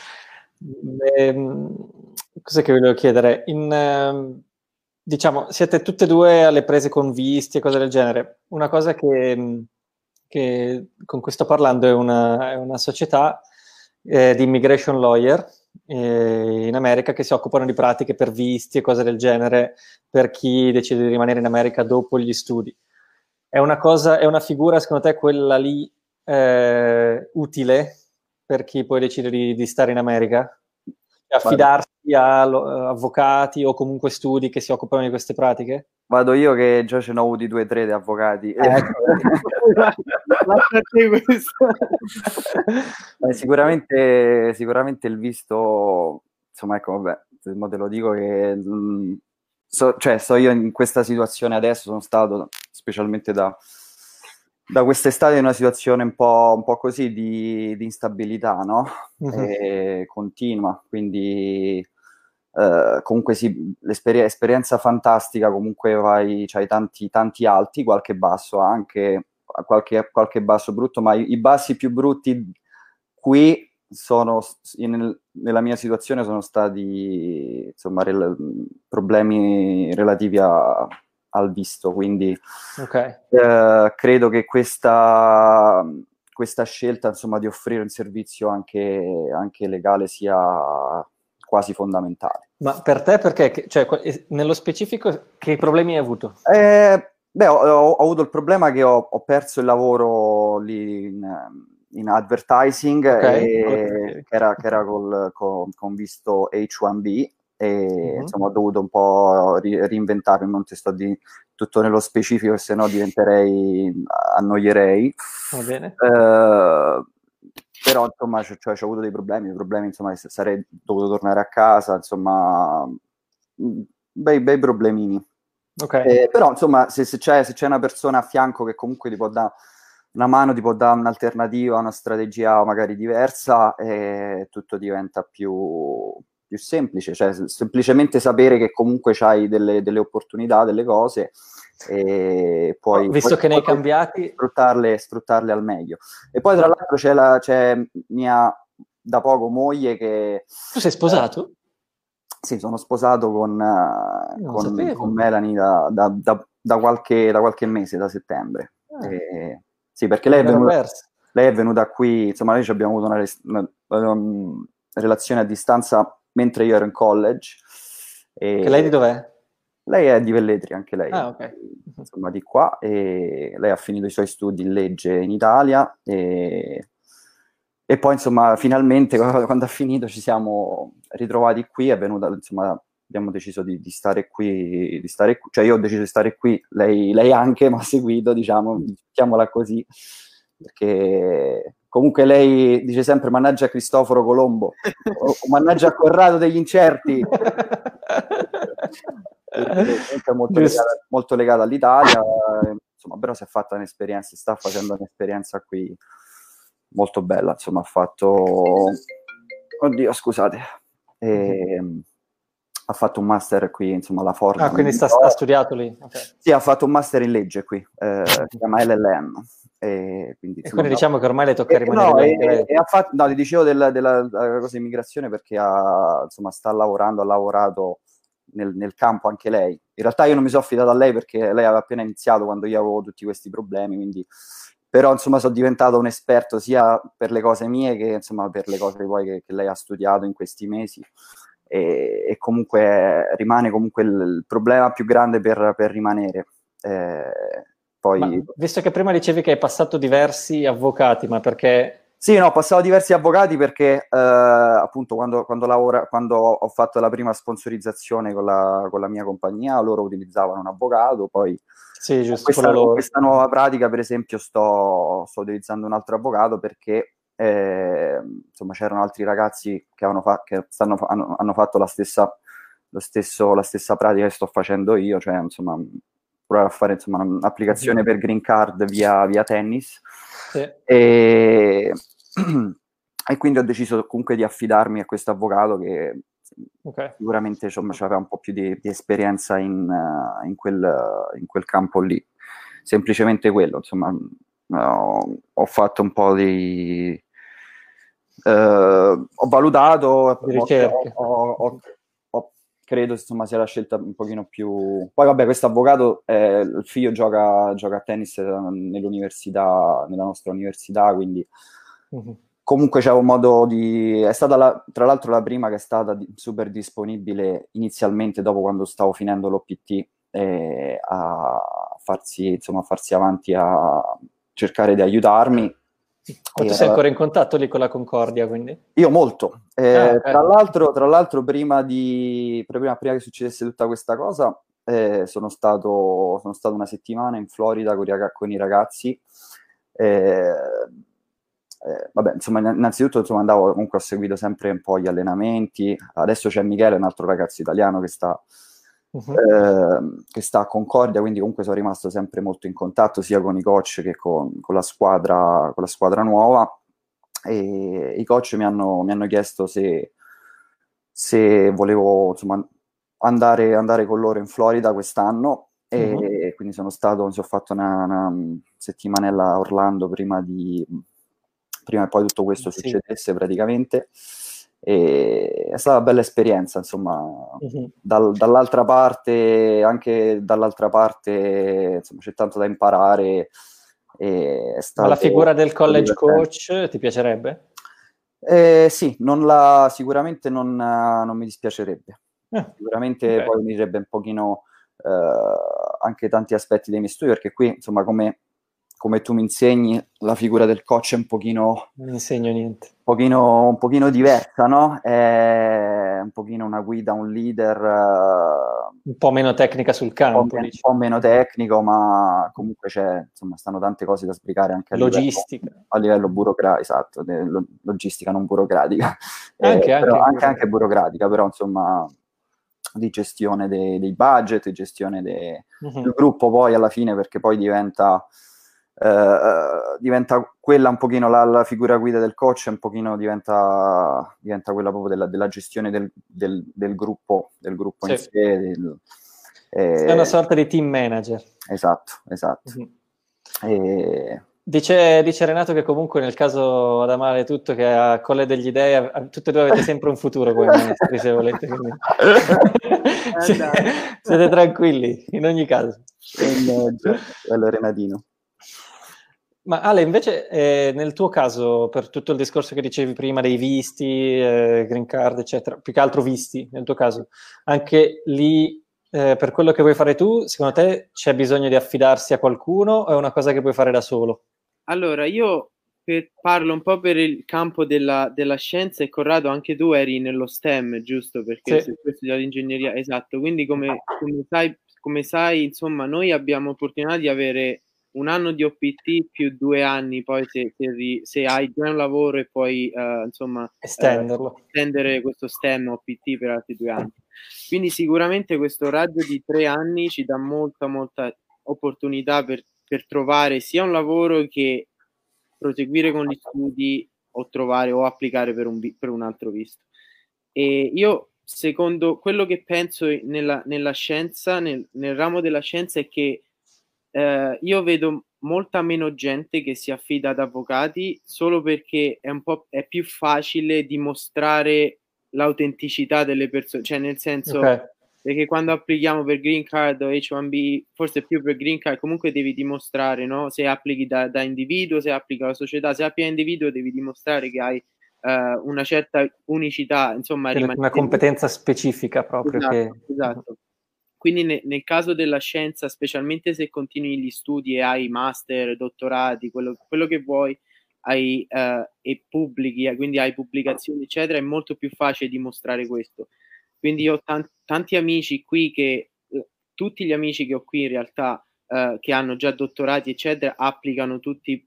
[SPEAKER 1] Cos'è che volevo chiedere? Diciamo, siete tutte e due alle prese con visti e cose del genere. Una cosa che con cui sto parlando è una società di immigration lawyer in America che si occupano di pratiche per visti e cose del genere per chi decide di rimanere in America dopo gli studi. È una figura, secondo te, quella lì utile per chi poi decide di stare in America? Affidarsi a avvocati o comunque studi che si occupano di queste pratiche?
[SPEAKER 2] Vado io che già ce n'ho avuti 2 o 3 di avvocati. Sicuramente il visto, insomma, ecco, vabbè, te lo dico che so io in questa situazione adesso, sono stato specialmente da quest'estate in una situazione un po' così di instabilità, no? Continua, quindi comunque sì, l'esperienza fantastica, comunque c'hai tanti alti, qualche basso anche, qualche basso brutto, ma i bassi più brutti qui nella mia situazione sono stati, insomma, problemi relativi al visto, quindi credo che questa scelta, insomma, di offrire un servizio anche legale sia quasi fondamentale.
[SPEAKER 1] Ma per te perché? Cioè, nello specifico, che problemi hai avuto?
[SPEAKER 2] Ho avuto il problema che ho perso il lavoro lì in advertising, che era con visto H1B, e insomma ho dovuto un po' reinventarmi, non ti sto di tutto nello specifico, se no annoierei.
[SPEAKER 1] Va bene.
[SPEAKER 2] Però insomma ho avuto dei problemi, insomma sarei dovuto tornare a casa, insomma bei problemini. Però insomma se c'è una persona a fianco che comunque ti può dare una mano, ti può dare un'alternativa, una strategia magari diversa, tutto diventa più semplice, cioè semplicemente sapere che comunque c'hai delle opportunità, delle cose, e poi
[SPEAKER 1] visto che ne hai cambiati,
[SPEAKER 2] sfruttarle al meglio. E poi tra l'altro c'è mia da poco moglie che...
[SPEAKER 1] Tu sei sposato?
[SPEAKER 2] Sì, sono sposato con Melanie da qualche mese, da settembre. Sì, perché lei è venuta qui, insomma, noi abbiamo avuto una relazione a distanza mentre io ero in college.
[SPEAKER 1] Che lei di dov'è?
[SPEAKER 2] Lei è di Velletri, anche lei. Insomma, di qua. E lei ha finito i suoi studi in legge in Italia e poi, insomma, finalmente, quando ha finito, ci siamo ritrovati qui, è venuta, insomma, abbiamo deciso di stare qui, cioè io ho deciso di stare qui, lei anche mi ha seguito, diciamo, mettiamola così, perché comunque lei dice sempre mannaggia Cristoforo Colombo, o mannaggia Corrado degli Incerti, è molto legata all'Italia, insomma, però si è fatta un'esperienza, sta facendo un'esperienza qui molto bella, insomma, ha fatto... Oddio, scusate. Ha fatto un master qui, insomma, alla Fordham.
[SPEAKER 1] Quindi ha studiato lì? Okay.
[SPEAKER 2] Sì, ha fatto un master in legge qui, si chiama LLM. Quindi
[SPEAKER 1] diciamo che ormai le tocca rimanere
[SPEAKER 2] no, ti dicevo della cosa immigrazione perché ha lavorato nel campo anche lei. In realtà io non mi sono affidato a lei perché lei aveva appena iniziato quando io avevo tutti questi problemi, quindi... Però insomma sono diventato un esperto sia per le cose mie che insomma per le cose poi che lei ha studiato in questi mesi, e comunque rimane comunque il problema più grande per rimanere. Poi...
[SPEAKER 1] Ma, visto che prima dicevi che hai passato diversi avvocati, ma perché...
[SPEAKER 2] Sì, no, ho passato diversi avvocati perché appunto quando ho fatto la prima sponsorizzazione con la mia compagnia, loro utilizzavano un avvocato, poi
[SPEAKER 1] sì, giusto,
[SPEAKER 2] questa nuova pratica, per esempio, sto utilizzando un altro avvocato perché insomma c'erano altri ragazzi che hanno fatto la stessa pratica che sto facendo io, cioè insomma provare a fare insomma un'applicazione per green card via tennis.
[SPEAKER 1] Sì.
[SPEAKER 2] E quindi ho deciso comunque di affidarmi a questo avvocato che sicuramente insomma aveva un po' più di esperienza in quel campo lì. Semplicemente quello, insomma, ho fatto un po' di... ho valutato, credo insomma sia la scelta un pochino più... Poi vabbè, questo avvocato, il figlio gioca a tennis nell'università, nella nostra università, quindi comunque c'è un modo di... È stata tra l'altro la prima che è stata super disponibile inizialmente, dopo quando stavo finendo l'OPT, a farsi avanti, a cercare di aiutarmi,
[SPEAKER 1] Ma tu sei ancora in contatto lì con la Concordia, quindi?
[SPEAKER 2] Io molto.
[SPEAKER 1] Okay.
[SPEAKER 2] Tra l'altro prima che succedesse tutta questa cosa, sono stato una settimana in Florida con i ragazzi. Vabbè, insomma, innanzitutto andavo, comunque ho seguito sempre un po' gli allenamenti. Adesso c'è Michele, un altro ragazzo italiano che sta a Concordia, quindi comunque sono rimasto sempre molto in contatto sia con i coach che con la squadra nuova. E i coach mi hanno chiesto se volevo, insomma, andare con loro in Florida quest'anno, e quindi ho fatto una settimanella a Orlando prima che poi tutto questo succedesse praticamente. E è stata una bella esperienza, insomma. Dall'altra parte, insomma, c'è tanto da imparare.
[SPEAKER 1] Ma la figura del college coach ti piacerebbe?
[SPEAKER 2] Sì, sicuramente non mi dispiacerebbe. Sicuramente poi mi direbbe un pochino anche tanti aspetti dei miei studi, perché qui, insomma, come tu mi insegni, la figura del coach è un pochino...
[SPEAKER 1] Non insegno niente.
[SPEAKER 2] Un pochino diversa, no? È un pochino una guida, un leader...
[SPEAKER 1] un po' meno tecnica sul campo.
[SPEAKER 2] Un po' meno tecnico, ma comunque stanno tante cose da spiegare anche a livello burocratico, esatto, logistica non burocratica. Anche burocratica, però insomma di gestione dei budget, di gestione del gruppo poi alla fine, perché poi diventa quella un pochino la figura guida del coach, un pochino diventa quella proprio della gestione del gruppo in sé.
[SPEAKER 1] È una sorta di team manager.
[SPEAKER 2] Esatto.
[SPEAKER 1] Dice Renato che comunque nel caso ad Amare tutto, che a Colle degli Dei tutti e due avete sempre un futuro come maestri, se volete, quindi siete tranquilli in ogni caso.
[SPEAKER 2] Bello Renatino.
[SPEAKER 1] Ma Ale, invece nel tuo caso, per tutto il discorso che dicevi prima dei visti, green card, eccetera, più che altro visti nel tuo caso, anche lì per quello che vuoi fare tu, secondo te c'è bisogno di affidarsi a qualcuno o è una cosa che puoi fare da solo?
[SPEAKER 3] Allora, io parlo un po' per il campo della scienza, e Corrado, anche tu eri nello STEM, giusto? Perché tu hai studiato ingegneria, esatto, quindi come sai, insomma, noi abbiamo l'opportunità di avere un anno di OPT più 2 anni, poi se hai già un lavoro e poi insomma estendere questo STEM OPT per altri 2 anni. Quindi sicuramente questo raggio di 3 anni ci dà molta opportunità per trovare sia un lavoro che proseguire con gli studi o trovare o applicare per un altro visto. E io, secondo quello che penso nella scienza, nel ramo della scienza, è che io vedo molta meno gente che si affida ad avvocati solo perché è più facile dimostrare l'autenticità delle persone, cioè nel senso perché quando applichiamo per green card o H1B, forse più per green card, comunque devi dimostrare, no? Se applichi da individuo, se applichi alla società, se applichi da individuo devi dimostrare che hai una certa unicità, insomma,
[SPEAKER 1] una competenza specifica proprio.
[SPEAKER 3] Esatto. Quindi nel caso della scienza, specialmente se continui gli studi e hai master, dottorati, quello che vuoi, e pubblichi, quindi hai pubblicazioni, eccetera, è molto più facile dimostrare questo. Quindi io ho tanti amici qui tutti gli amici che ho qui in realtà, che hanno già dottorati, eccetera, applicano tutti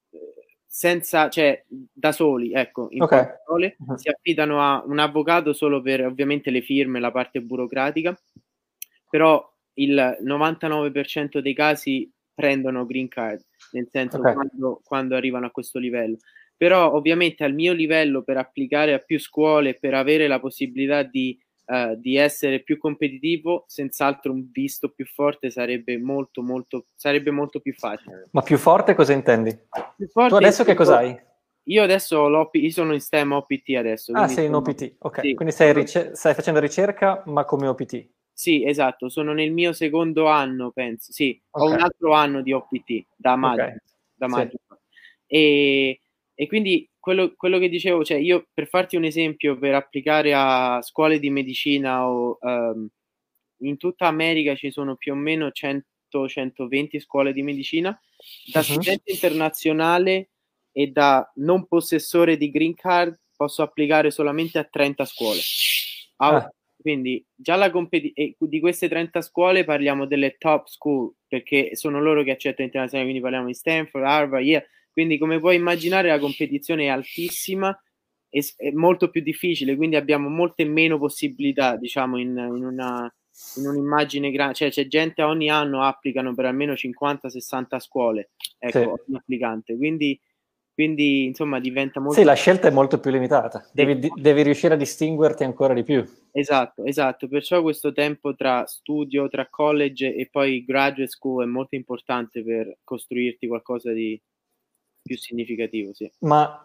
[SPEAKER 3] da soli, ecco, in poche parole, si affidano a un avvocato solo per ovviamente le firme, la parte burocratica, però il 99% dei casi prendono green card, nel senso quando arrivano a questo livello. Però ovviamente al mio livello, per applicare a più scuole, per avere la possibilità di essere più competitivo, senz'altro un visto più forte sarebbe molto più facile.
[SPEAKER 1] Ma più forte cosa intendi? Tu adesso che cos'hai?
[SPEAKER 3] Io adesso io sono in STEM OPT adesso.
[SPEAKER 1] Sei in OPT, ok. Sì, quindi stai facendo ricerca, ma come OPT?
[SPEAKER 3] Sì, esatto, sono nel mio secondo anno, penso. Sì, ho un altro anno di OPT da maggio. E quindi quello che dicevo, cioè io, per farti un esempio, per applicare a scuole di medicina o in tutta America ci sono più o meno 100-120 scuole di medicina. Da studente internazionale e da non possessore di green card posso applicare solamente a 30 scuole. Quindi già di queste 30 scuole parliamo delle top school, perché sono loro che accettano internazionali, quindi parliamo di Stanford, Harvard, Yale. Quindi come puoi immaginare la competizione è altissima, è molto più difficile, quindi abbiamo molte meno possibilità, diciamo, in un'immagine grande, cioè c'è gente ogni anno applicano per almeno 50-60 scuole, ecco,
[SPEAKER 1] Sì.
[SPEAKER 3] ogni applicante, quindi insomma diventa molto...
[SPEAKER 1] Sì, la scelta è molto più limitata, devi riuscire a distinguerti ancora di più.
[SPEAKER 3] Esatto, perciò questo tempo tra studio, tra college e poi graduate school è molto importante per costruirti qualcosa di più significativo, sì.
[SPEAKER 1] Ma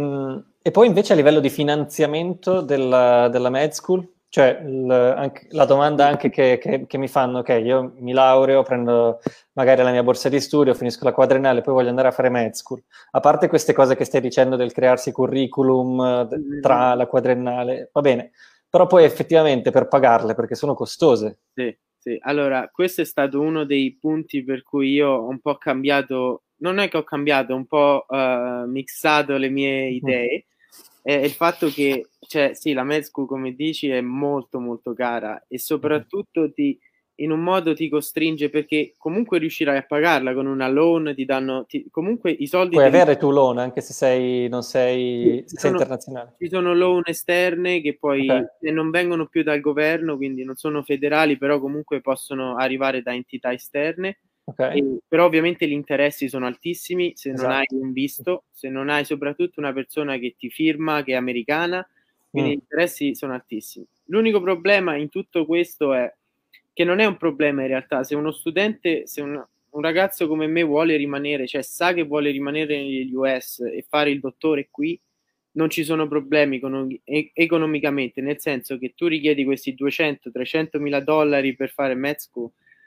[SPEAKER 1] e poi invece a livello di finanziamento della med school, cioè la domanda anche che mi fanno, ok, io mi laureo, prendo magari la mia borsa di studio, finisco la quadriennale, poi voglio andare a fare med school. A parte queste cose che stai dicendo del crearsi curriculum tra la quadriennale, va bene, però poi effettivamente per pagarle, perché sono costose.
[SPEAKER 3] Sì. Allora, questo è stato uno dei punti per cui io ho un po' cambiato, non è che ho cambiato, un po' mixato le mie idee, è il fatto che, cioè, sì, la med school, come dici, è molto molto cara e soprattutto in un modo ti costringe, perché comunque riuscirai a pagarla con una loan, ti danno, comunque i soldi...
[SPEAKER 1] Puoi avere tu loan anche se sei internazionale.
[SPEAKER 3] Ci sono loan esterne che poi non vengono più dal governo, quindi non sono federali, però comunque possono arrivare da entità esterne. Però ovviamente gli interessi sono altissimi se non hai un visto, se non hai soprattutto una persona che ti firma, che è americana, quindi gli interessi sono altissimi. L'unico problema in tutto questo è che non è un problema in realtà, se uno studente, se un ragazzo come me vuole rimanere, cioè sa che vuole rimanere negli US e fare il dottore qui, non ci sono problemi economicamente, nel senso che tu richiedi questi 200-300 mila dollari per fare med school,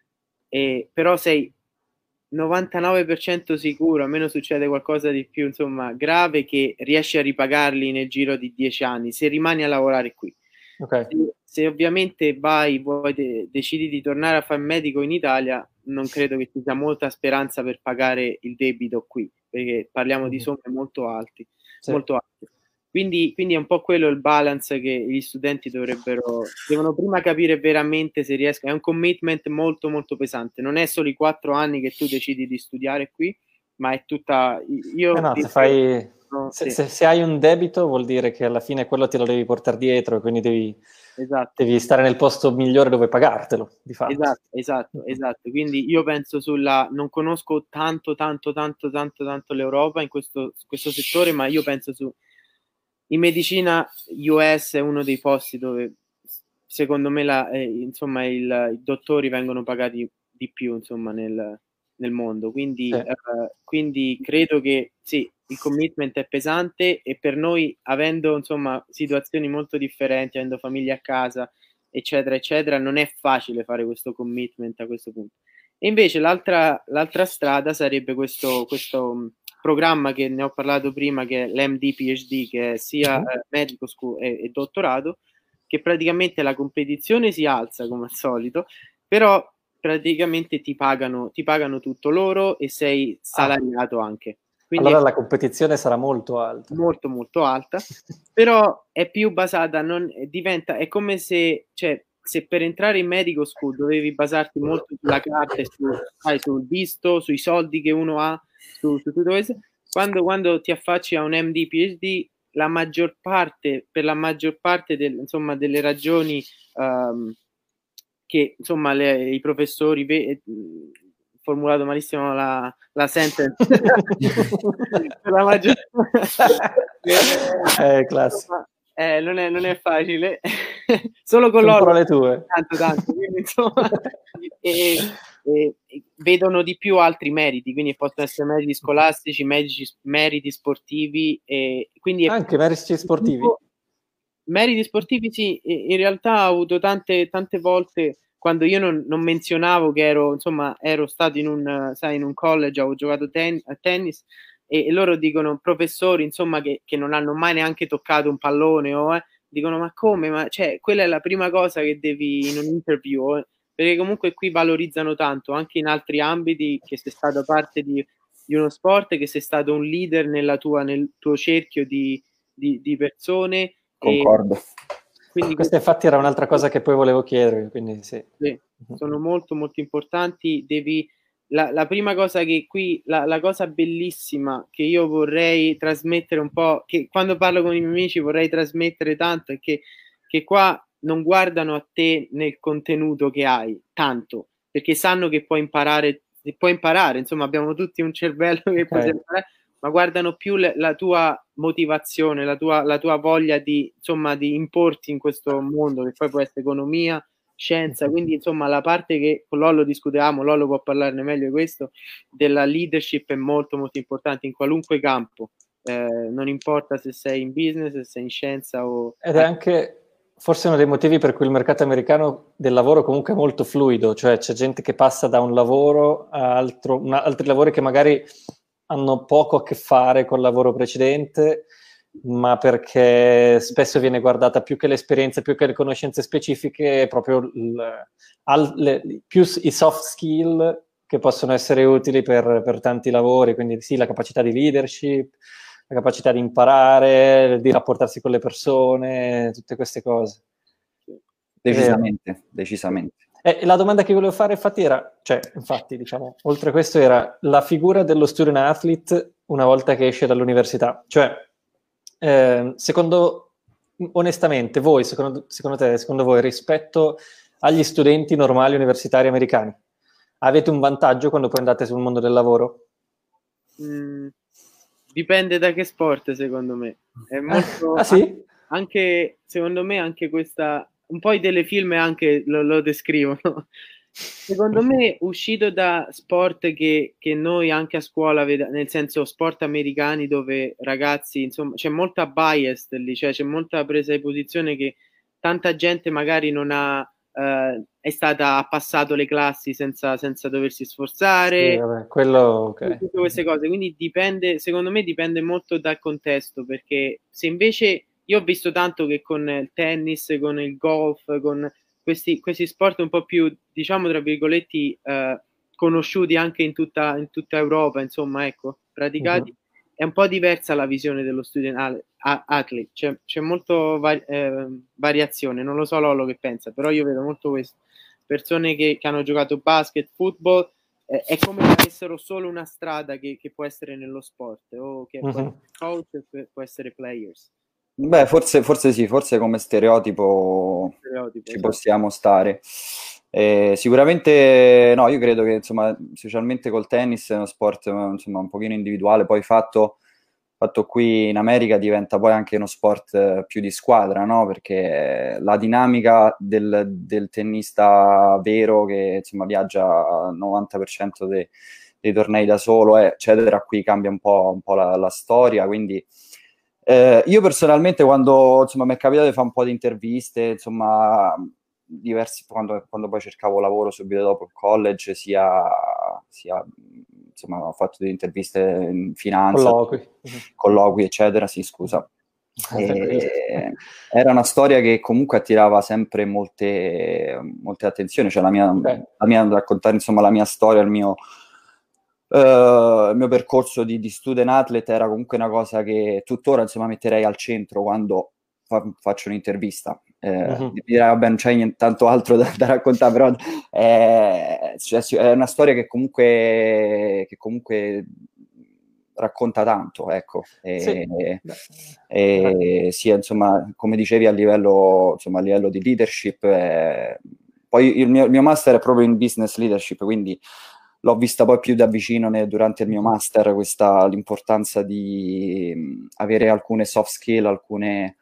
[SPEAKER 3] però sei 99% sicuro, a meno succede qualcosa di più, insomma, grave, che riesci a ripagarli nel giro di 10 anni, se rimani a lavorare qui. Se ovviamente decidi di tornare a fare medico in Italia, non credo che ci sia molta speranza per pagare il debito qui, perché parliamo di somme molto alte. Quindi è un po' quello il balance che gli studenti devono prima capire veramente se riescono. È un commitment molto molto pesante, non è solo i 4 anni che tu decidi di studiare qui, ma è tutta...
[SPEAKER 1] se hai un debito vuol dire che alla fine quello te lo devi portare dietro, quindi devi stare nel posto migliore dove pagartelo, di fatto.
[SPEAKER 3] Esatto. Quindi io penso non conosco tanto l'Europa in questo settore, ma io penso in medicina US è uno dei posti dove secondo me insomma i dottori vengono pagati di più, insomma, nel mondo, quindi credo che sì, il commitment è pesante e per noi, avendo insomma situazioni molto differenti, avendo famiglie a casa, eccetera, non è facile fare questo commitment a questo punto. E invece l'altra strada sarebbe questo programma che ne ho parlato prima, che è l'MD PhD, che è sia medical school e dottorato, che praticamente la competizione si alza come al solito, però praticamente ti pagano tutto loro e sei salariato anche. Quindi
[SPEAKER 1] allora la competizione sarà molto alta.
[SPEAKER 3] Molto molto alta, però è più basata, è come se per entrare in medical school dovevi basarti molto sulla carta e sul visto, sui soldi che uno ha, su tutto questo. Quando ti affacci a un MD PhD, per la maggior parte delle ragioni che insomma i professori formulato malissimo la sentence la maggior...
[SPEAKER 1] classico.
[SPEAKER 3] Non è facile solo con
[SPEAKER 1] loro le tue
[SPEAKER 3] tanto quindi, insomma, e vedono di più altri meriti, quindi possono essere meriti scolastici, meriti sportivi, e quindi
[SPEAKER 1] anche meriti sportivi
[SPEAKER 3] sì, in realtà ho avuto tante volte quando io non menzionavo che ero stato in un college, avevo giocato a tennis, e loro dicono, professori insomma che non hanno mai neanche toccato un pallone, dicono ma come, quella è la prima cosa che devi in un interview, perché comunque qui valorizzano tanto anche in altri ambiti, che sei stato parte di uno sport, che sei stato un leader nel tuo cerchio di persone.
[SPEAKER 2] Concordo.
[SPEAKER 3] Quindi
[SPEAKER 1] questa infatti era un'altra cosa che poi volevo chiedere, quindi sì.
[SPEAKER 3] Sì, sono molto molto importanti. La prima cosa che qui, la cosa bellissima che io vorrei trasmettere un po', che quando parlo con i miei amici vorrei trasmettere tanto, è che qua non guardano a te nel contenuto che hai, tanto, perché sanno che puoi imparare, insomma abbiamo tutti un cervello che possiamo imparare, ma guardano più la tua motivazione, la tua voglia di, insomma, di importi in questo mondo, che poi può essere economia, scienza. Quindi insomma la parte che con Lollo discutevamo, Lollo può parlarne meglio di questo, della leadership, è molto molto importante in qualunque campo, non importa se sei in business, se sei in scienza o...
[SPEAKER 1] Ed è anche forse uno dei motivi per cui il mercato americano del lavoro comunque è molto fluido, cioè c'è gente che passa da un lavoro a altri lavori che magari hanno poco a che fare col lavoro precedente, ma perché spesso viene guardata più che l'esperienza, più che le conoscenze specifiche, proprio più i soft skill che possono essere utili per tanti lavori, quindi sì, la capacità di leadership, la capacità di imparare, di rapportarsi con le persone, tutte queste cose.
[SPEAKER 2] Decisamente.
[SPEAKER 1] E la domanda che volevo fare infatti era, diciamo, oltre a questo era la figura dello student athlete una volta che esce dall'università. Cioè, onestamente, voi, secondo te, secondo voi, rispetto agli studenti normali universitari americani, avete un vantaggio quando poi andate sul mondo del lavoro?
[SPEAKER 3] Dipende da che sport, secondo me. È molto,
[SPEAKER 1] sì?
[SPEAKER 3] anche, secondo me, anche questa, un po' i telefilm anche lo descrivono. Secondo me, uscito da sport che noi anche a scuola, nel senso sport americani dove ragazzi, insomma, c'è molta bias lì, cioè c'è molta presa di posizione che tanta gente magari non ha, ha passato le classi senza doversi sforzare.
[SPEAKER 1] Sì, vabbè, quello, ok.
[SPEAKER 3] Tutte queste cose, quindi dipende, secondo me dipende molto dal contesto, perché se invece io ho visto tanto che con il tennis, con il golf, con questi sport un po' più, diciamo, tra virgoletti, conosciuti anche in tutta Europa, insomma, ecco, praticati, è un po' diversa la visione dello student athlete, c'è molto variazione, non lo so Lolo che pensa, però io vedo molto questo, persone che hanno giocato basket, football, è come se avessero solo una strada che può essere nello sport, o che può essere coach, può essere players.
[SPEAKER 2] Beh, forse sì, forse come stereotipo ci
[SPEAKER 3] esatto.
[SPEAKER 2] possiamo stare. Sicuramente no, io credo che insomma, specialmente col tennis è uno sport insomma, un pochino individuale, poi fatto qui in America diventa poi anche uno sport più di squadra, no? Perché la dinamica del tennista vero che insomma viaggia al 90% dei tornei da solo, eccetera, qui cambia un po' la storia, quindi io personalmente quando insomma mi è capitato di fare un po' di interviste, insomma diversi, quando poi cercavo lavoro subito dopo il college, sia insomma ho fatto delle interviste in finanza, colloqui eccetera, sì scusa. Era una storia che comunque attirava sempre molte attenzioni, cioè la mia raccontare insomma la mia storia, il mio percorso di student athlete era comunque una cosa che tuttora insomma metterei al centro quando faccio un'intervista. Direi vabbè non c'è nient'altro altro da raccontare, però è una storia che comunque racconta tanto, ecco, sia insomma come dicevi a livello di leadership, poi il mio master è proprio in business leadership, quindi l'ho vista poi più da vicino durante il mio master, l'importanza di avere alcune soft skill, alcune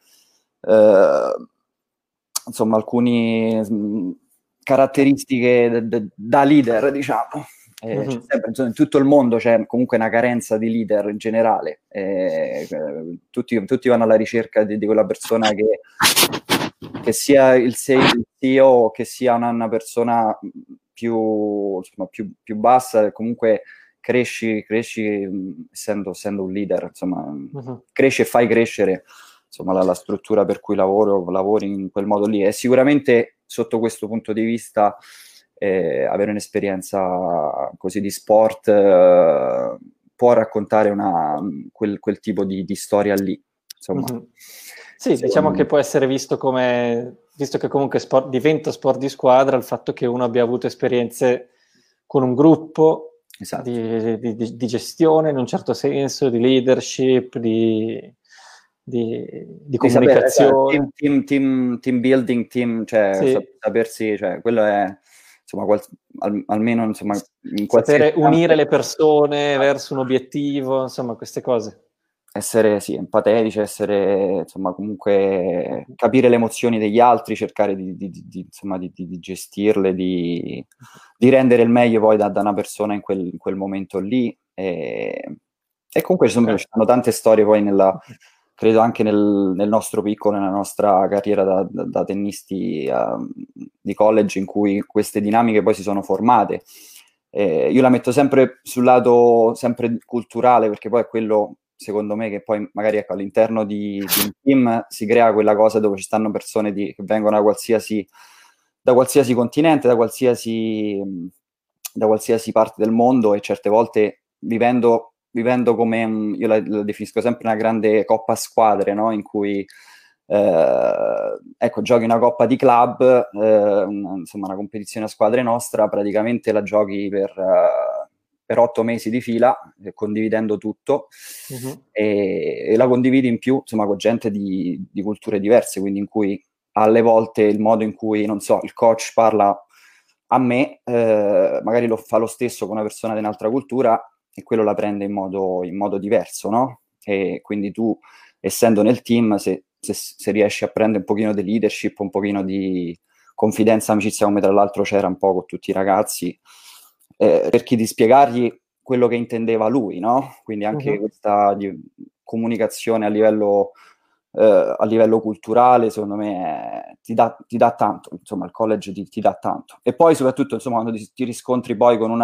[SPEAKER 2] insomma alcune caratteristiche da leader, diciamo. C'è sempre, insomma, in tutto il mondo c'è comunque una carenza di leader in generale, tutti vanno alla ricerca di quella persona che sia il CEO, che sia una persona più bassa, comunque cresci essendo un leader, insomma, cresci e fai crescere insomma la struttura per cui lavori in quel modo lì, e sicuramente sotto questo punto di vista avere un'esperienza così di sport può raccontare quel tipo di storia lì, insomma.
[SPEAKER 1] Mm-hmm. Sì, diciamo che può essere visto come, visto che comunque diventa sport di squadra, il fatto che uno abbia avuto esperienze con un gruppo,
[SPEAKER 2] esatto,
[SPEAKER 1] di gestione in un certo senso, di leadership, di comunicazione.
[SPEAKER 2] team building, cioè
[SPEAKER 1] sì.
[SPEAKER 2] sapersi, cioè quello è, insomma, almeno insomma, in
[SPEAKER 1] sapere
[SPEAKER 2] qualsiasi
[SPEAKER 1] unire le persone verso un obiettivo, insomma, queste cose.
[SPEAKER 2] Essere empatetici, essere, insomma, comunque capire le emozioni degli altri, cercare insomma, di gestirle, di rendere il meglio poi da una persona in quel momento lì. E comunque ci sono tante storie poi credo anche nel nostro piccolo, nella nostra carriera da tennisti di college, in cui queste dinamiche poi si sono formate. Io la metto sempre sul lato sempre culturale, perché poi è quello, secondo me, che poi magari, ecco, all'interno di un team si crea quella cosa dove ci stanno persone che vengono da qualsiasi continente, da qualsiasi parte del mondo, e certe volte vivendo come, io la definisco sempre una grande coppa a squadre, no? In cui ecco, giochi una coppa di club, insomma una competizione a squadre nostra, praticamente la giochi per 8 mesi di fila, condividendo tutto, e la condividi in più, insomma, con gente di culture diverse, quindi in cui alle volte il modo in cui, non so, il coach parla a me, magari lo fa lo stesso con una persona di un'altra cultura, e quello la prende in modo diverso, no? E quindi tu, essendo nel team, se riesci a prendere un pochino di leadership, un pochino di confidenza, amicizia, come tra l'altro c'era un po' con tutti i ragazzi, cerchi di spiegargli quello che intendeva lui, no? Quindi anche questa comunicazione a livello culturale, secondo me, ti dà tanto, insomma, il college ti dà tanto. E poi soprattutto, insomma, quando ti riscontri poi con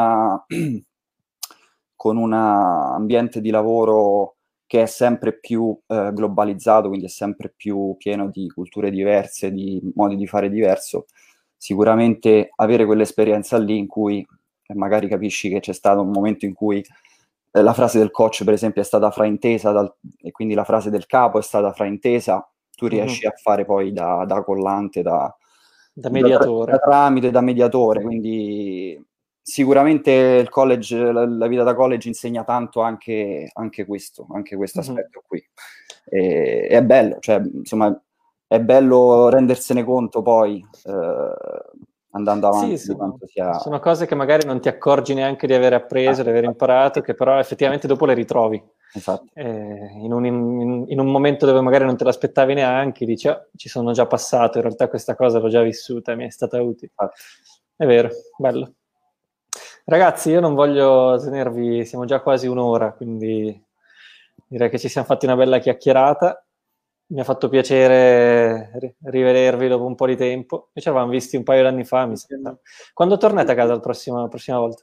[SPEAKER 2] un ambiente di lavoro che è sempre più globalizzato, quindi è sempre più pieno di culture diverse, di modi di fare diverso, sicuramente avere quell'esperienza lì in cui magari capisci che c'è stato un momento in cui la frase del coach, per esempio, è stata fraintesa, e quindi la frase del capo è stata fraintesa, tu riesci a fare poi da collante, da
[SPEAKER 1] mediatore,
[SPEAKER 2] da tramite, da mediatore, quindi sicuramente il college, la vita da college insegna tanto anche questo aspetto qui. E è bello, cioè, insomma, è bello rendersene conto poi andando avanti,
[SPEAKER 1] sì,
[SPEAKER 2] di quanto sia...
[SPEAKER 1] sono cose che magari non ti accorgi neanche di aver appreso, di aver imparato, che però effettivamente dopo le ritrovi.
[SPEAKER 2] Esatto.
[SPEAKER 1] In un momento dove magari non te l'aspettavi neanche, dici, ci sono già passato, in realtà questa cosa l'ho già vissuta, mi è stata utile. È vero, bello. Ragazzi, io non voglio tenervi, siamo già quasi un'ora, quindi direi che ci siamo fatti una bella chiacchierata. Mi ha fatto piacere rivedervi dopo un po' di tempo. Noi ci eravamo visti un paio d'anni fa, mi sembra. Quando tornate a casa la prossima volta?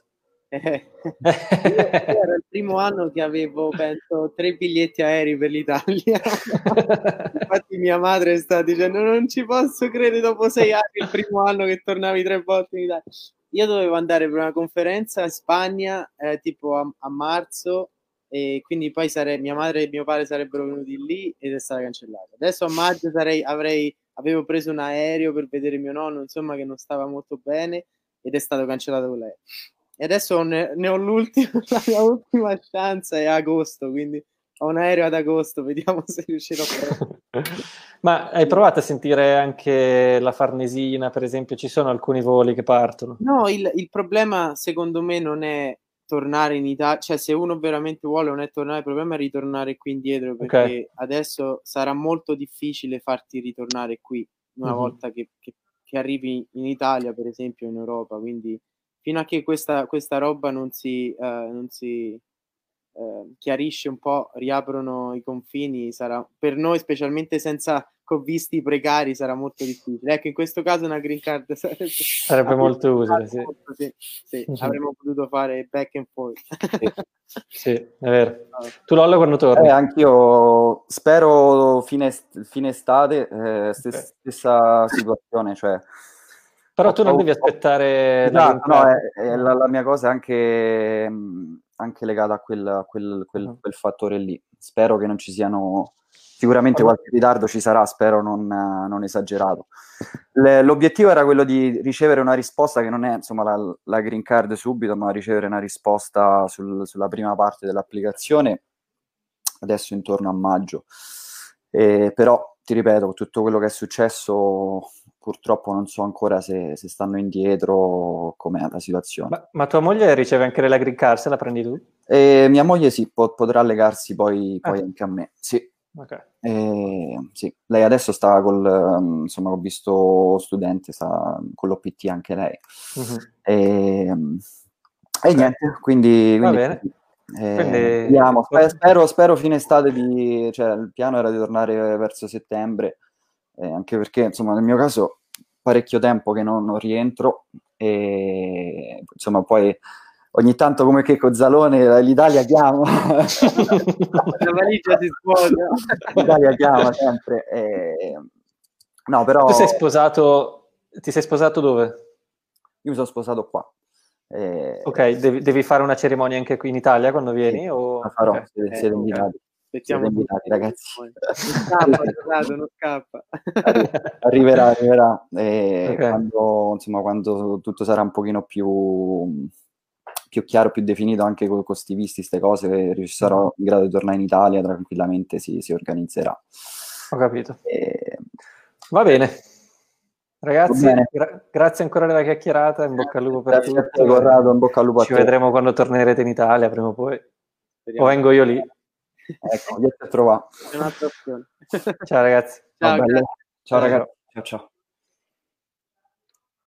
[SPEAKER 3] Era il primo anno che avevo, penso, 3 biglietti aerei per l'Italia. Infatti mia madre sta dicendo non ci posso credere, dopo 6 anni il primo anno che tornavi 3 volte in Italia. Io dovevo andare per una conferenza in Spagna tipo a marzo, e quindi poi mia madre e mio padre sarebbero venuti lì ed è stata cancellata. Adesso a maggio avevo preso un aereo per vedere mio nonno, insomma, che non stava molto bene, ed è stato cancellato quell'aereo. E adesso ne ho la mia ultima chance è agosto, quindi ho un aereo ad agosto, vediamo se riuscirò a
[SPEAKER 1] Ma hai provato a sentire anche la Farnesina, per esempio? Ci sono alcuni voli che partono?
[SPEAKER 3] No, il problema secondo me non è tornare in Italia, cioè se uno veramente vuole non è tornare, il problema è ritornare qui indietro, perché adesso sarà molto difficile farti ritornare qui una volta che arrivi in Italia, per esempio, in Europa, quindi fino a che questa roba non si chiarisce un po', riaprono i confini, sarà per noi, specialmente senza visti precari, sarà molto difficile. Ecco, in questo caso una green card
[SPEAKER 1] sarebbe molto utile,
[SPEAKER 3] sì. Avremmo potuto fare back and forth.
[SPEAKER 1] Sì, è vero. Tu, Lollo, quando torni?
[SPEAKER 2] Anch'io spero fine estate, stessa situazione, cioè...
[SPEAKER 1] Però tu non devi aspettare...
[SPEAKER 2] Esatto, no, la mia cosa è anche... anche legata a quel fattore lì. Spero che non ci siano, sicuramente qualche ritardo ci sarà, spero non esagerato. L'obiettivo era quello di ricevere una risposta che non è insomma la green card subito, ma ricevere una risposta sulla prima parte dell'applicazione adesso intorno a maggio. Però ti ripeto, tutto quello che è successo purtroppo non so ancora se stanno indietro, com'è la situazione.
[SPEAKER 1] Ma tua moglie riceve anche la green card se la prendi tu?
[SPEAKER 2] Mia moglie sì, potrà legarsi poi anche a me, sì.
[SPEAKER 1] Okay.
[SPEAKER 2] Sì. Lei adesso sta insomma, ho visto studente, sta con l'OPT anche lei. E niente, quindi
[SPEAKER 1] va bene.
[SPEAKER 2] Vediamo. Spero fine estate cioè il piano era di tornare verso settembre, anche perché insomma nel mio caso parecchio tempo che non rientro e insomma poi ogni tanto come che con Zalone l'Italia chiama
[SPEAKER 3] la valigia si sposa,
[SPEAKER 2] l'Italia chiama sempre no, però
[SPEAKER 1] ti sei sposato dove?
[SPEAKER 2] Io mi sono sposato qua.
[SPEAKER 1] Ok, devi fare una cerimonia anche qui in Italia quando vieni?
[SPEAKER 2] Sì,
[SPEAKER 1] o...
[SPEAKER 2] la farò,
[SPEAKER 1] okay.
[SPEAKER 2] siete invitati.
[SPEAKER 3] Siete
[SPEAKER 2] invitati, ragazzi.
[SPEAKER 3] Non scappa.
[SPEAKER 2] Arriverà. Quando tutto sarà un pochino più chiaro, più definito anche con sti visti, queste cose, sarò in grado di tornare in Italia tranquillamente, si organizzerà.
[SPEAKER 1] Ho capito. Va bene. Ragazzi, grazie ancora della chiacchierata, in bocca al lupo per tutto.
[SPEAKER 2] Grazie a te, Corrado, in bocca al lupo a te.
[SPEAKER 1] Ci vedremo quando tornerete in Italia, prima o poi. Speriamo. O vengo io lì.
[SPEAKER 2] Ecco, io ti trovo.
[SPEAKER 3] È un'altra opzione.
[SPEAKER 1] Ciao ragazzi.
[SPEAKER 3] Ciao,
[SPEAKER 2] ciao ragazzi. Ciao.